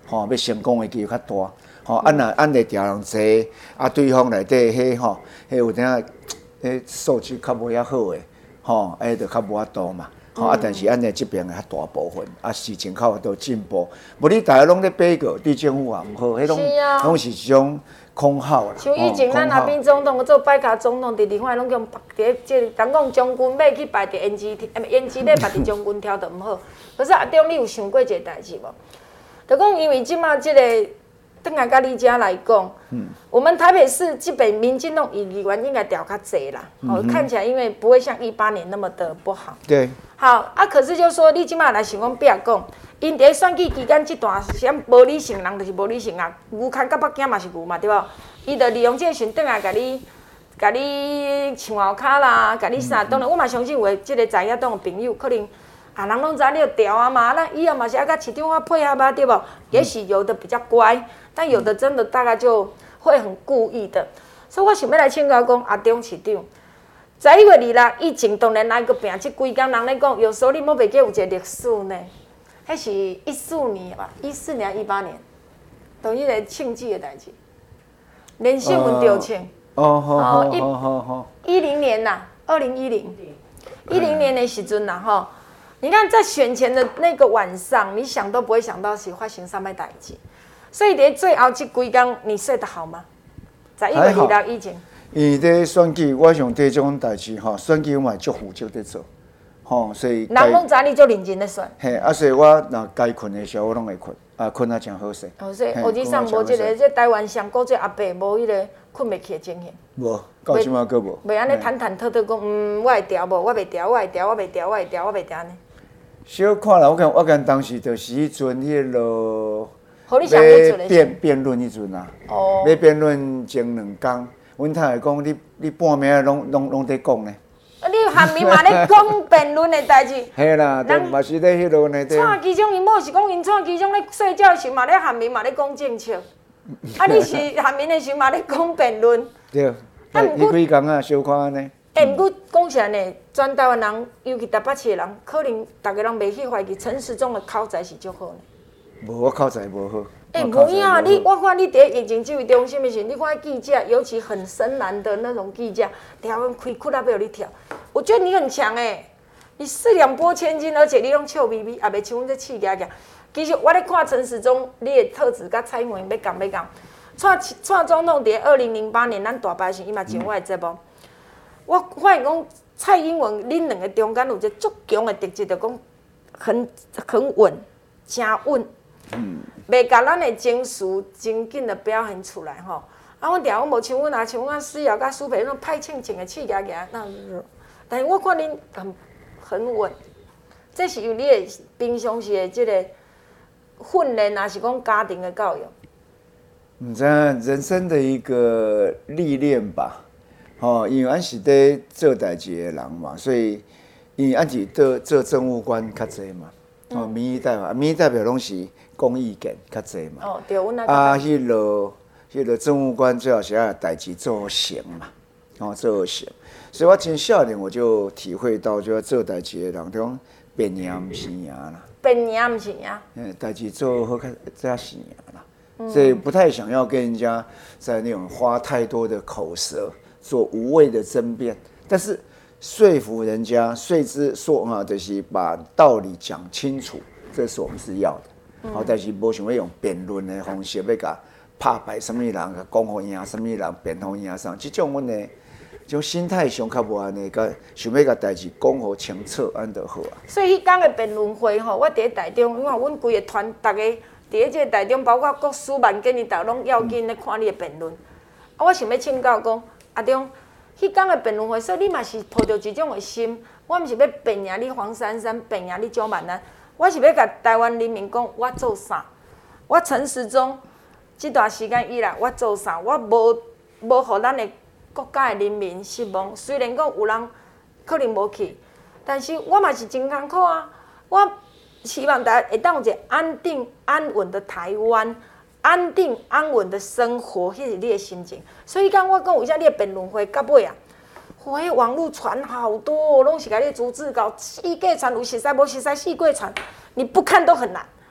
吼，要成功的机会较大。吼，按内调人济，对方内底迄吼，迄有点素质较无遐好的，吼，就较无法度嘛。吼，但是按内这边的较大部分，事情较有都进步。无你大家拢咧比过，对政府也毋好，迄拢是一种空号啦。 像以前咱阿扁总统做摆卡总统，伫另外拢叫伫即人讲将军要去排伫胭脂咧排伫将军条就毋好。可是阿中，你有想过一个代志无？就讲因为即马即个。等下，甲你遮来讲，我们台北市基本民进党议员应该调较济啦，看起来因为不会像18年那么的不好。 对。 好可是就说你即马来想讲，比如讲，因伫选举期间这段时间无理性人就是无理性啊，牛牵甲北京嘛是牛嘛，对无？伊就利用这个时阵来甲你唱后骹啦，甲你啥？当然，我嘛相信有即个在野党的朋友可能。人拢知你就调啊嘛，那以后嘛是要甲市长配合啊，对不？也许有的比较乖，但有的真的大概就会很故意的。所以我想要来请教讲，阿中市长，11月2日疫情当然来个病，即几工人咧讲，有时候你莫袂记有一个历史呢，迄是14年吧，14年18年，就迄个庆忌的代志，连新闻都有庆。 好。 10年呐，2010年的时阵呐，吼。你看，在选前的那个晚上，你想都不会想到是发生啥物代志，所以伫最后这几天，你睡得好吗？在11月2日以前。 伊咧选举，我想这种代志吼，选举我嘛足负责在做，吼，所以。 人拢知你足认真咧选。 嘿，所以我若该困的时候，我拢会困，困啊真好势。 所以，实际上无即个，即台湾上古这阿伯无迄个困袂起的情形。 无，到即马佫无。 袂安尼忐忑忑忑讲，我会调无，我袂调，我会调，我袂调，我会调，我袂调呢。 小看啦，我看当时就是迄阵迄落要辩论迄阵啊，要辩论前2天，阮太太讲你半暝拢在讲呢。 你韩民嘛咧讲辩论的代志。 嘿啦，嘛是咧迄落呢。 蔡其中因某是讲因蔡其中咧睡觉时嘛咧韩民嘛咧讲政策，你是韩民的时嘛咧讲辩论。 对，迄几工啊，小看安尼。 毋过讲起来呢，全台湾人，尤其台北市的人，可能大家人袂去怀疑陈时中的口才是足好呢。 无，我口才无好。 无影啊！我看你伫疫情指挥中心的时候，你看记者，尤其很深蓝的那种记者，条开窟窿要你跳。我觉得你很强你四两拨千斤，而且你拢笑眯眯，也袂像阮这气夹夹。其实我咧看陈时中，你的特质甲蔡英文要共。蔡总统伫2008年咱大败时，伊嘛上我的节目。我发现讲蔡英文，恁两个中间有一个足强的特质，就讲很稳，真稳，袂甲咱的情绪真紧的表现出来吼。阮无像阮像阮师瑶甲苏培那种派庆庆的气夹夹，但是我看恁很稳，这是有你的平常时的这个训练，还是讲家庭的教育？ 毋知人生的一个历练吧。因为俺是在做代志的人嘛，所以因为俺是做政务官较济嘛，民意代表拢是讲意见较济嘛。 对，阮迄落政务官最好是要代志做成嘛，做成。所以我真少年我就体会到，就要做代志的人，种变赢毋是赢啦。 变赢毋是赢。 代志做好才是赢啦。所以不太想要跟人家在那种花太多的口舌。做无谓的争辩，但是说服人家，就是把道理讲清楚，这是我们是要的。但是无想要用辩论的方式要甲拍败什么人，讲互赢什么人，辩互赢啥，这种阮的这种心态上较无安尼，甲想要甲代志讲互清楚，安就好啊。 所以迄天的辩论会吼，我伫台中，因为阮规个团，大家伫这个台中，包括各司万建的，拢要紧咧看你的辩论。我想要请教讲。阿中，迄天的辩论会，所以你嘛是抱着一种的心，我毋是要辩赢你黄珊珊，辩赢你蒋万安，我是要甲台湾人民讲，我做啥？我陈时中这段时间以来，我做啥？我无互咱的国家的人民失望。虽然讲有人可能无去，但是我嘛是真艰苦啊！我希望大家会当有一个安定安稳的台湾。安定安稳的生活，迄是你的心情。所以刚我讲，为啥你的辩论会到尾啊？迄网络传好多，拢是甲你逐字稿，四过传有实在无实在，四过传，你不看都很难。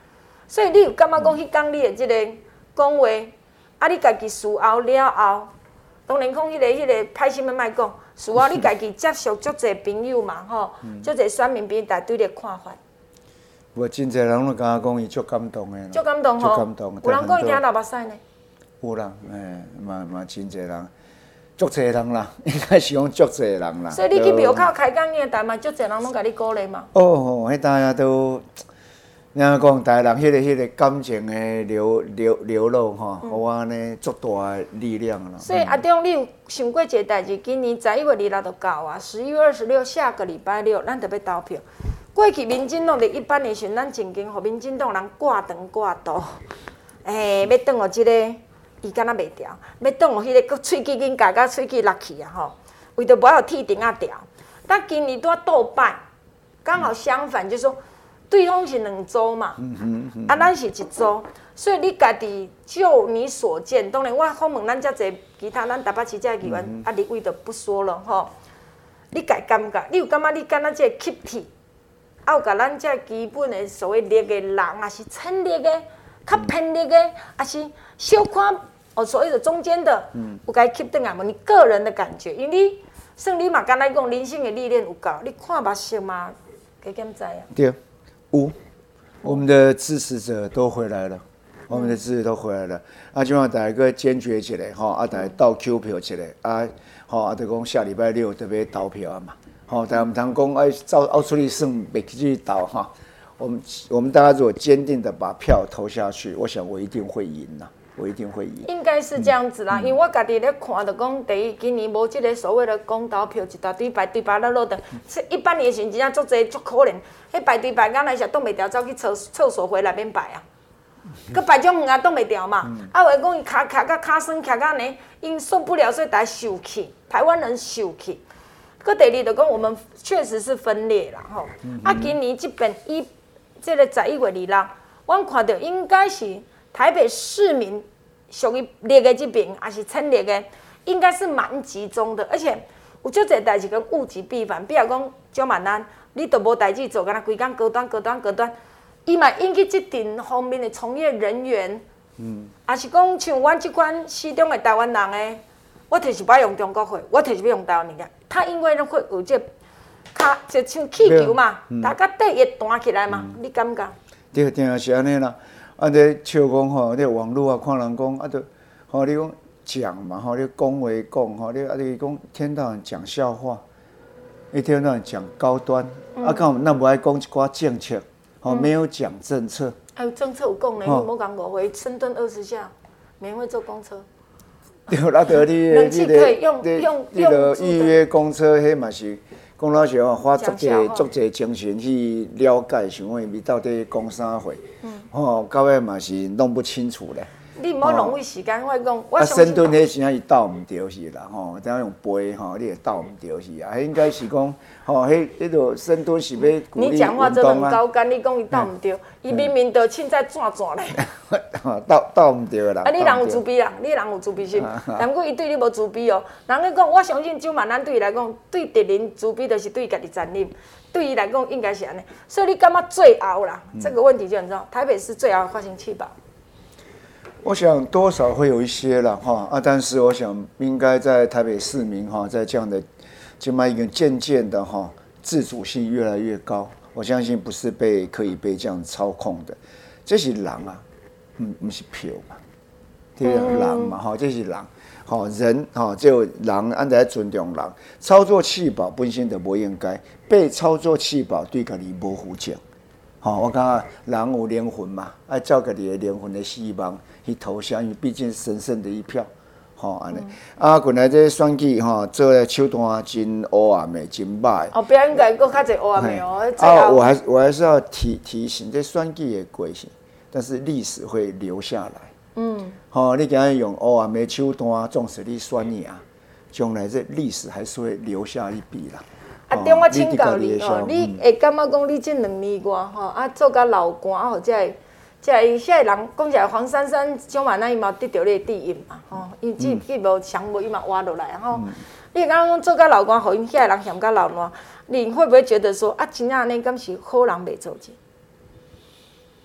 所以你有感觉讲迄天你的即个讲话，啊，你家己事后了后，当然讲迄个歹心的莫讲，事后你家己接触足侪朋友嘛吼，足侪选民朋友大对你的看法。 无真侪人拢甲我讲伊足感动的啦， 足感动吼， 足感动。 有人讲伊听流目屎呢。 有啦，嘛真侪人，足侪人啦，应该是讲足侪人啦。 所以你去庙口开讲的台嘛，足侪人拢甲你鼓励嘛。 哦，迄大家都，人讲台人迄个感情的流露吼，互我安尼足大的力量啦。 所以阿中，你有想过一个代志？今年11月26就到啊，11月26下个礼拜六，咱就要投票。过去民进党伫一般的时阵，咱曾经互民进党人挂长挂倒，要转互即个，伊敢若袂调，要转互迄个，佮喙齿紧夹甲喙齿落去啊吼，为着无有铁钉仔调。但今年拄啊倒摆，刚好相反，就是说对方是2组嘛，啊，咱是1组，所以你家己就你所见，当然我访问咱遮侪其他咱台北市遮议员，啊，立委就不说了吼。你家感觉，你有感觉你敢若即个吸铁？啊，有甲咱遮基本的所谓力的人，也是浅力的、较偏力的，还是小看所谓的中间的，有甲伊吸转来无？你个人的感觉，因为你算你嘛，敢若讲人生的历练有够，你看目色嘛，加减知啊。 对，有，我们的支持者都回来了，我们的支持都回来了。啊，就让大家坚决起来，吼，啊，大家倒 Q 票起来，啊，吼，啊，就讲下礼拜6就要投票啊嘛。好，但我们通讲哎，照奥出力算袂去投哈。我们大家如果坚定的把票投下去，我想我一定会赢啦，我一定会赢。 应该是这样子啦，因为我家己咧看，就讲第一，今年无即个所谓的公投票，一大堆排队排落等。一般年时真正足侪足可怜，迄排队排敢来是挡袂掉，走去厕所回来免排啊。佮排种远啊，挡袂掉嘛。啊，话讲伊徛甲骹酸，徛甲呢，因受不了，所以大家受气，台湾人受气。佮第二就讲，我们确实是分裂啦吼。啊，今年即边这个11月26，我看到应该是台北市民属于劣的这边，还是浅劣的，应该是蛮集中的，而且有足侪代志跟物极必反。比如讲蒋万安，你都无代志做，敢若规工高端，伊嘛引起这阵方面的从业人员，也是讲像阮即款始终的台湾人的。我就是不要用中国货，我就是要用台湾物件。他因为会有这卡，就像气球嘛，大家底会弹起来嘛，你感觉？ 对，定是安尼啦。啊，你笑讲吼，你网络啊，看人讲啊，就吼你讲嘛，吼你讲话讲吼，你讲天到晚讲笑话，一天到晚讲高端，啊，干那不爱讲一寡政策，吼没有讲政策。 还有政策有讲呢，你无讲5回深蹲20下，免费坐公车。 对，啊，对你个预约公车，迄嘛是讲老实话，花足侪精神去了解，想讲伊到底讲啥货，吼，到尾嘛是弄不清楚咧。 你唔好浪费时间，我讲， 啊，深蹲迄时阵伊斗唔着是啦，吼，怎样用背吼，你也斗唔着是啊，应该是讲，吼，迄个深蹲是要鼓励运动啊。 你讲话真的很高干，你讲伊斗唔着，伊明明就凊彩转咧。 斗唔着啦。 啊，你人有自卑啦，你人有自卑心，但过伊对你无自卑哦。人咧讲，我相信蒋万安对伊来讲，对敌人自卑就是对家己残忍，对伊来讲应该是安尼。所以你感觉最后啦，这个问题就很重要。台北市最后发行气保。 我想多少会有一些了哈啊，但是我想应该在台北市民哈，在这样的这么一个渐渐的哈自主性越来越高，我相信不是可以被这样操控的，这是人啊，不是票嘛，对啊，人嘛哈，这是人，好人哈，就人按在尊重人，操作气保本身就不应该，被操作气保对家己无负责。吼，我感觉人有灵魂嘛，爱照家己的灵魂的希望去投降，因为毕竟神圣的一票，吼安尼。啊，原来这选举吼做咧手段真黑暗的，真歹。 哦，不要应该搁较侪黑暗的哦。 啊，我还是要提醒，这选举的过程，但是历史会留下来。吼，你今日用黑暗的手段，纵使你选赢，将来这历史还是会留下一笔啦。 啊，中我请教你哦，你会感觉讲你这2年外吼，啊做甲老官啊，或者遮个人讲起来，黄珊珊、蒋万安伊嘛得到你的第一嘛，吼，伊只无上无伊嘛活落来吼。你会感觉讲做甲老官，互因遐个人嫌甲老烂，你会不会觉得说啊，真正安尼敢是好人袂做者？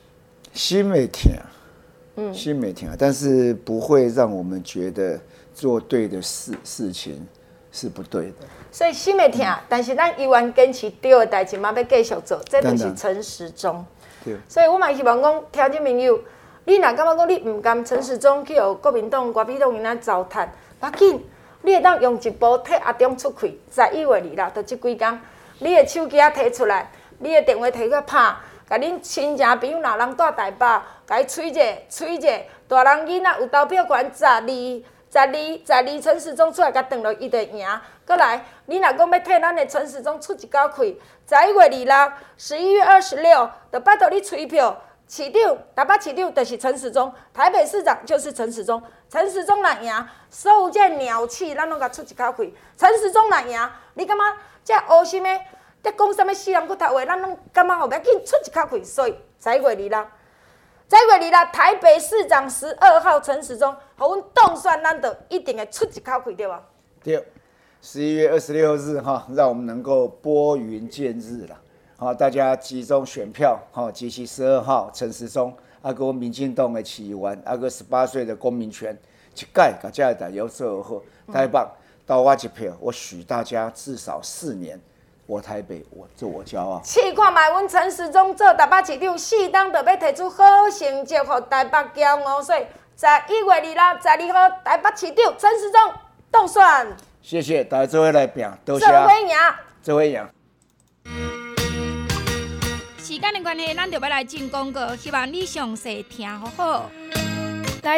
心会痛，心会痛，但是不会让我们觉得做对的事情是不对的。 所以心会痛，但是咱依然坚持对的代志嘛，要继续做，这就是陈时中。所以我嘛希望讲，听众朋友，你若感觉讲你唔甘陈时中去互国民党、国民党因仔糟蹋，不要紧，你会当用一部替阿中出气，11月2日，就这几天，你的手机啊摕出来，你的电话摕去拍，甲恁亲戚朋友若人住台北，甲伊催者，大人囡仔有投票权，12陈时中出来甲转落，伊就赢。过来，你若讲要替咱的陈时中出一口气，11月26、11月26，就拜托你催票。市长，台北市长就是陈时中，台北市长就是陈时中。陈时中若赢，所有这鸟气咱拢甲出一口气。陈时中若赢，你感觉这乌心的在讲啥物死人骨头话，咱拢感觉不要紧出一口气。所以11月26，台北市长12号陈时中，互阮当选，咱就一定会出一口气，对吧？ 对，11月26日哈，让我们能够拨云见日了。好，大家集中选票，好，集齐12号陈时中，个民进党的市议员，个18岁的公民权，一届把这个代志做好，太棒！到我一票，我许大家至少4年，我台北，我骄傲。 试看卖，阮陈时中做台北市长，4当就要提出好成绩，互台北骄傲。所以11月12号，台北市长陈时中当选。 谢谢大家做伙来拼，多谢。做伙赢。 时间的关系，咱就要来进广告，希望你详细听好好。 来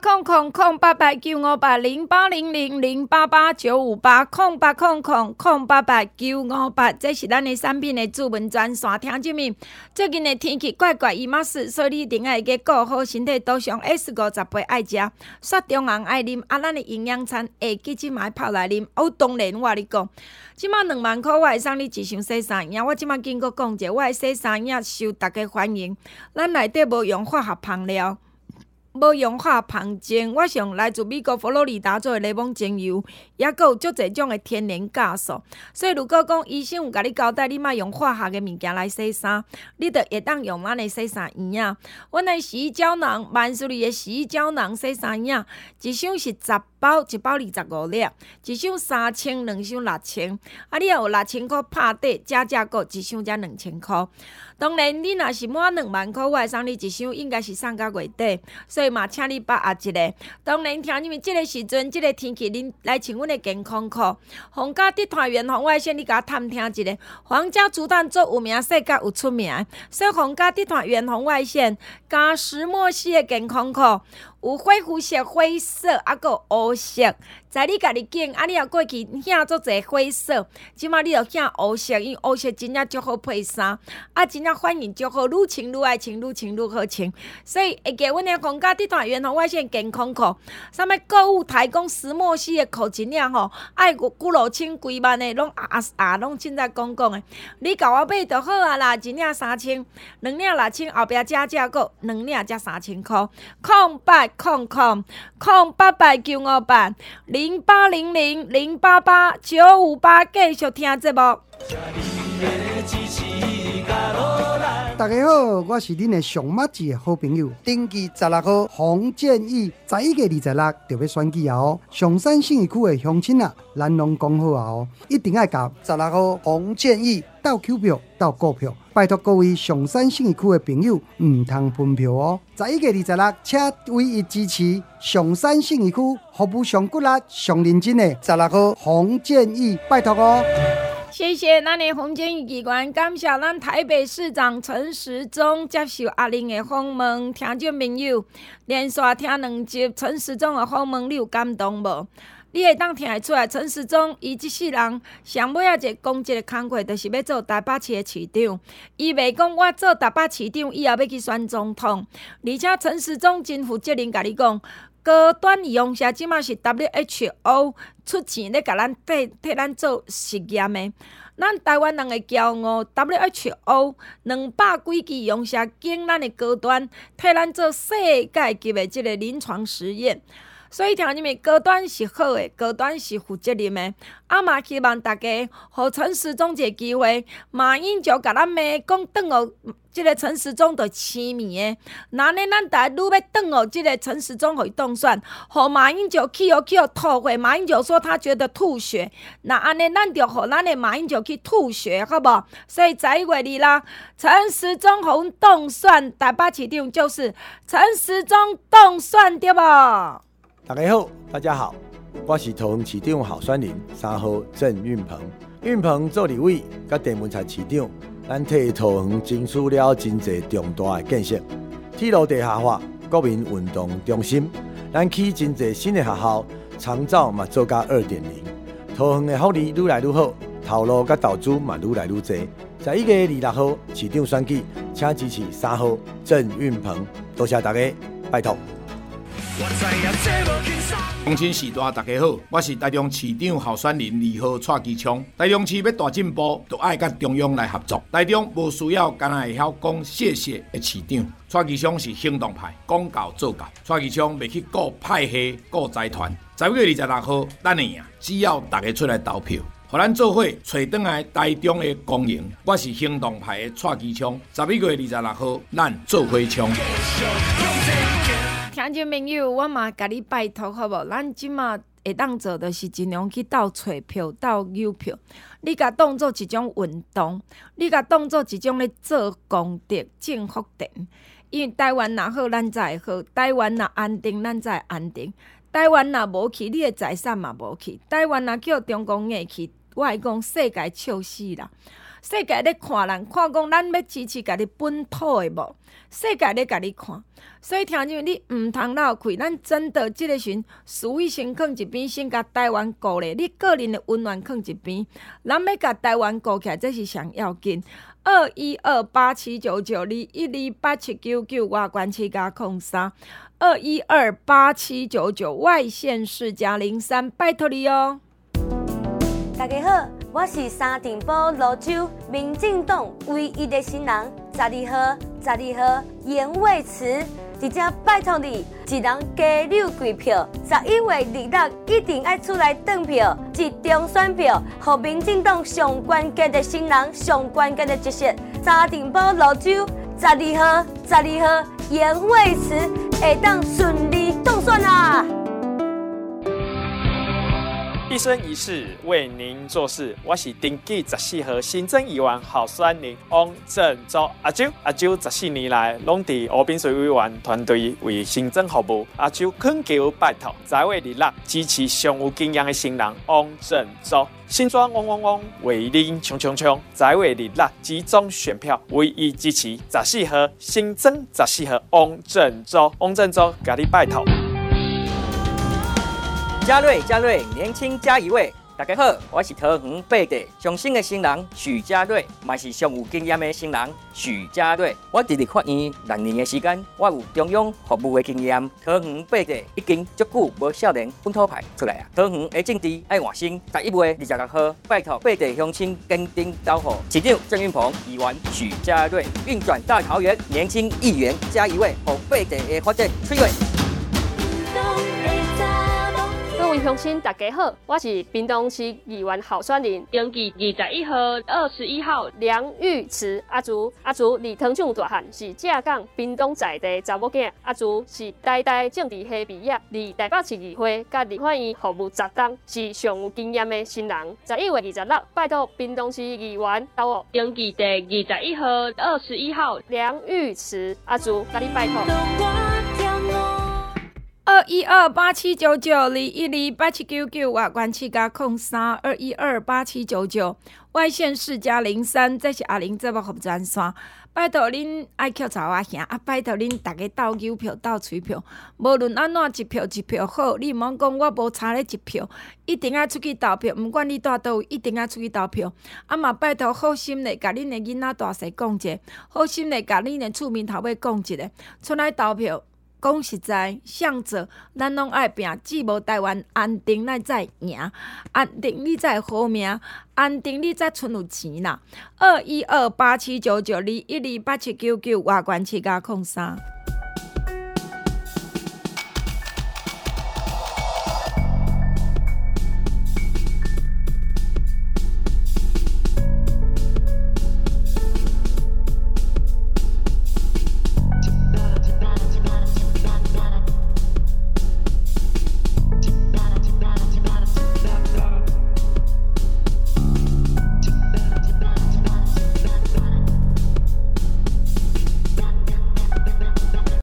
0800-088958088958，这是咱的产品的主文专线。听众们，最近的天气怪伊嘛是，所以你一定要顾好身体，多上 S50杯爱食，雪中红爱啉，咱的营养餐下记即卖泡来啉。当然我你讲，即马2万块我会送你一箱洗衫液。我即马经过讲者，我的洗衫液受大家欢迎，咱内底无用化学香料。无用化芳精，我上来自美国佛罗里达做的柠檬精油，也佫有足侪种的天然酵素。所以如果讲医生有甲你交代，你莫用化学的物件来洗衫，你就会当用咱的洗衫液啊。阮的洗衣胶囊，万斯利的洗衣胶囊洗衫液，一箱是10包，一包25粒，一箱3000，两箱6000。你若有6000块拍底，加购一箱才2000块。当然，你若是满2万块，我会送你一箱，应该是送到月底。所以嘛，请你把握一下。当然，听你们这个时阵、这个天气，恁来穿阮的健康裤。皇家集团原红外线，你甲我探听一下。皇家竹炭做有名，世界有出名。所以皇家集团原红外线加石墨烯的健康裤，有灰肤色、灰色，有乌色。在你家己拣，你若过去遐足侪灰色，即马你就拣乌色，因为乌色真正足好配衫，真正反应足好，愈穿愈爱穿，愈穿愈好穿。所以会给阮的皇家集团原红外线健康裤，啥物购物台讲石墨烯的裤一领吼，爱骨落清规万的拢拢凊彩讲的。你甲我买就好啊啦，一领3000，两领6000，后壁加购两领才3000块。0800-088958。0800-088-958，继续听节目。 大家好，我是恁的上马子的好朋友。登记16号洪建义，11月26就要选举啊哦。上山信义区的乡亲啊，咱拢讲好啊哦，一定要甲16号洪建义到扣票到购票。拜托各位上山信义区的朋友，唔通分票哦。11月26，请唯一支持上山信义区服务上骨力、上认真的16号洪建义，拜托哦。 谢谢咱的洪建义议员，感谢咱台北市长陈时中接受阿玲的访问。听众朋友，连续听2集陈时中的访问，你有感动无？你会当听得出来，陈时中伊这世人上尾一个讲一个工课，就是要做台北市的市长。伊袂讲我做台北市长以后要去选总统，而且陈时中真负责任，甲你讲。高端医用社即马是 WHO 出钱咧，甲咱替咱做实验的。咱台湾人的骄傲 ，WHO 200几支医用社经咱的高端替咱做世界级的即个临床实验。 所以听你们高端是好的，高端是负责任的。嘛希望大家互陈时中一个机会，马英九甲咱骂讲转互即个陈时中就青面的。那呢，咱大家愈要转互即个陈时中，互伊当选，互马英九去吐血。马英九说他觉得吐血，那安尼咱就互咱的马英九去吐血，好不好？所以11月2日，陈时中互阮当选台北市长，就是陈时中当选，对无？ 大家好，大家好，我是桃园市长候选人3号郑运鹏。运鹏做立委，甲地文财市长，咱替桃园争取了真侪重大的建设。铁路地下化、国民运动中心，咱起真侪新的学校，长照嘛做到2.0。桃园的福利愈来愈好，头路甲投资嘛愈来愈多。11月26号市长选举，请支持3号郑运鹏，多谢大家，拜托。 乡亲时代大家好，我是台中市长候选人2号蔡其昌。台中市要大进步，就爱甲中央来合作。台中无需要干那会晓讲谢谢的市长。蔡其昌是行动派，讲到做到。蔡其昌袂去顾派系、顾财团。11月26号，咱会赢，只要大家出来投票。互咱做伙找回来台中的公营，我是行动派的蔡其昌。11月26号，咱做伙冲！ 听众朋友，我嘛甲你拜托，好无？咱即马会当做的是尽量去斗找票、斗邮票。你甲当做一种运动，你甲当做一种咧做功德、种福田。因为台湾若好，咱才会好；台湾若安定，咱才会安定。台湾若无去，你的财产嘛无去。台湾若叫中共硬去，我会讲世界笑死啦！世界咧看咱，看讲咱要支持家己本土的无？世界咧甲你看，所以听众你毋通闹开，咱真的即个时私意先放一边，先甲台湾顾咧，你个人的温暖放一边，咱要甲台湾顾起来，这是上要紧。212879921287999外关7加03 2128799外县市加03，拜托你哦。 大家好，我是三重埔蘆洲民进党唯一的新人，12号严伟慈，直接拜托你，一人加6贵票，11月26日一定要出来登票，集中选票，予民进党上关键的新人、上关键的角色。三重埔蘆洲12号严伟慈会当顺利当选啊！ 一生一世为您做事，我是登记14号新增议员候选人汪正洲阿周14年来拢伫湖滨水委员团队为行政服务。阿周恳求拜托10月26日支持上有经验的新人汪正洲。新庄汪为您冲！10月26日集中选票，唯一支持14号新增14号汪正洲，甲你拜托。 嘉瑞，年轻加一位。大家好，我是桃园8地上新的新人许嘉瑞，也是上有经验的新人许嘉瑞。我伫立法院6年的时间，我有中央服务的经验。桃园8地已经足久无少年本土派出来啊！桃园的政治爱换新，11月26号，拜托8地乡亲坚定投予市长郑运鹏、议员许嘉瑞，运转大桃园，年轻议员加一位，予8地的发展催泪。 各位乡亲，大家好，我是屏东市议员候选人，登记21号、21号梁玉慈阿竹，离糖厂大汉，是正港屏东在地查某囝。阿竹是台大政治系毕业，离台北市议会甲立法院服务10年，是上有经验的新人。11月26日，拜托屏东市议员投我登记第21号、21号梁玉慈阿竹，甲你拜托。 212879921287999外关7加03 2128799外县市加03，这是阿玲节目服专线。拜托恁爱捡查我兄，拜托恁大家斗邮票、斗催票，无论安怎一票好，你毋好讲我无差咧一票，一定要出去投票，毋管你住倒位，一定要出去投票。嘛拜托好心咧，甲恁的囡仔大细讲者，好心咧，甲恁的厝面头尾讲一个，出来投票。讲实在，向着咱拢爱拼，只无台湾安定，咱才赢。安定你才好命，安定你才存有钱啦。212879921287999外关7加03。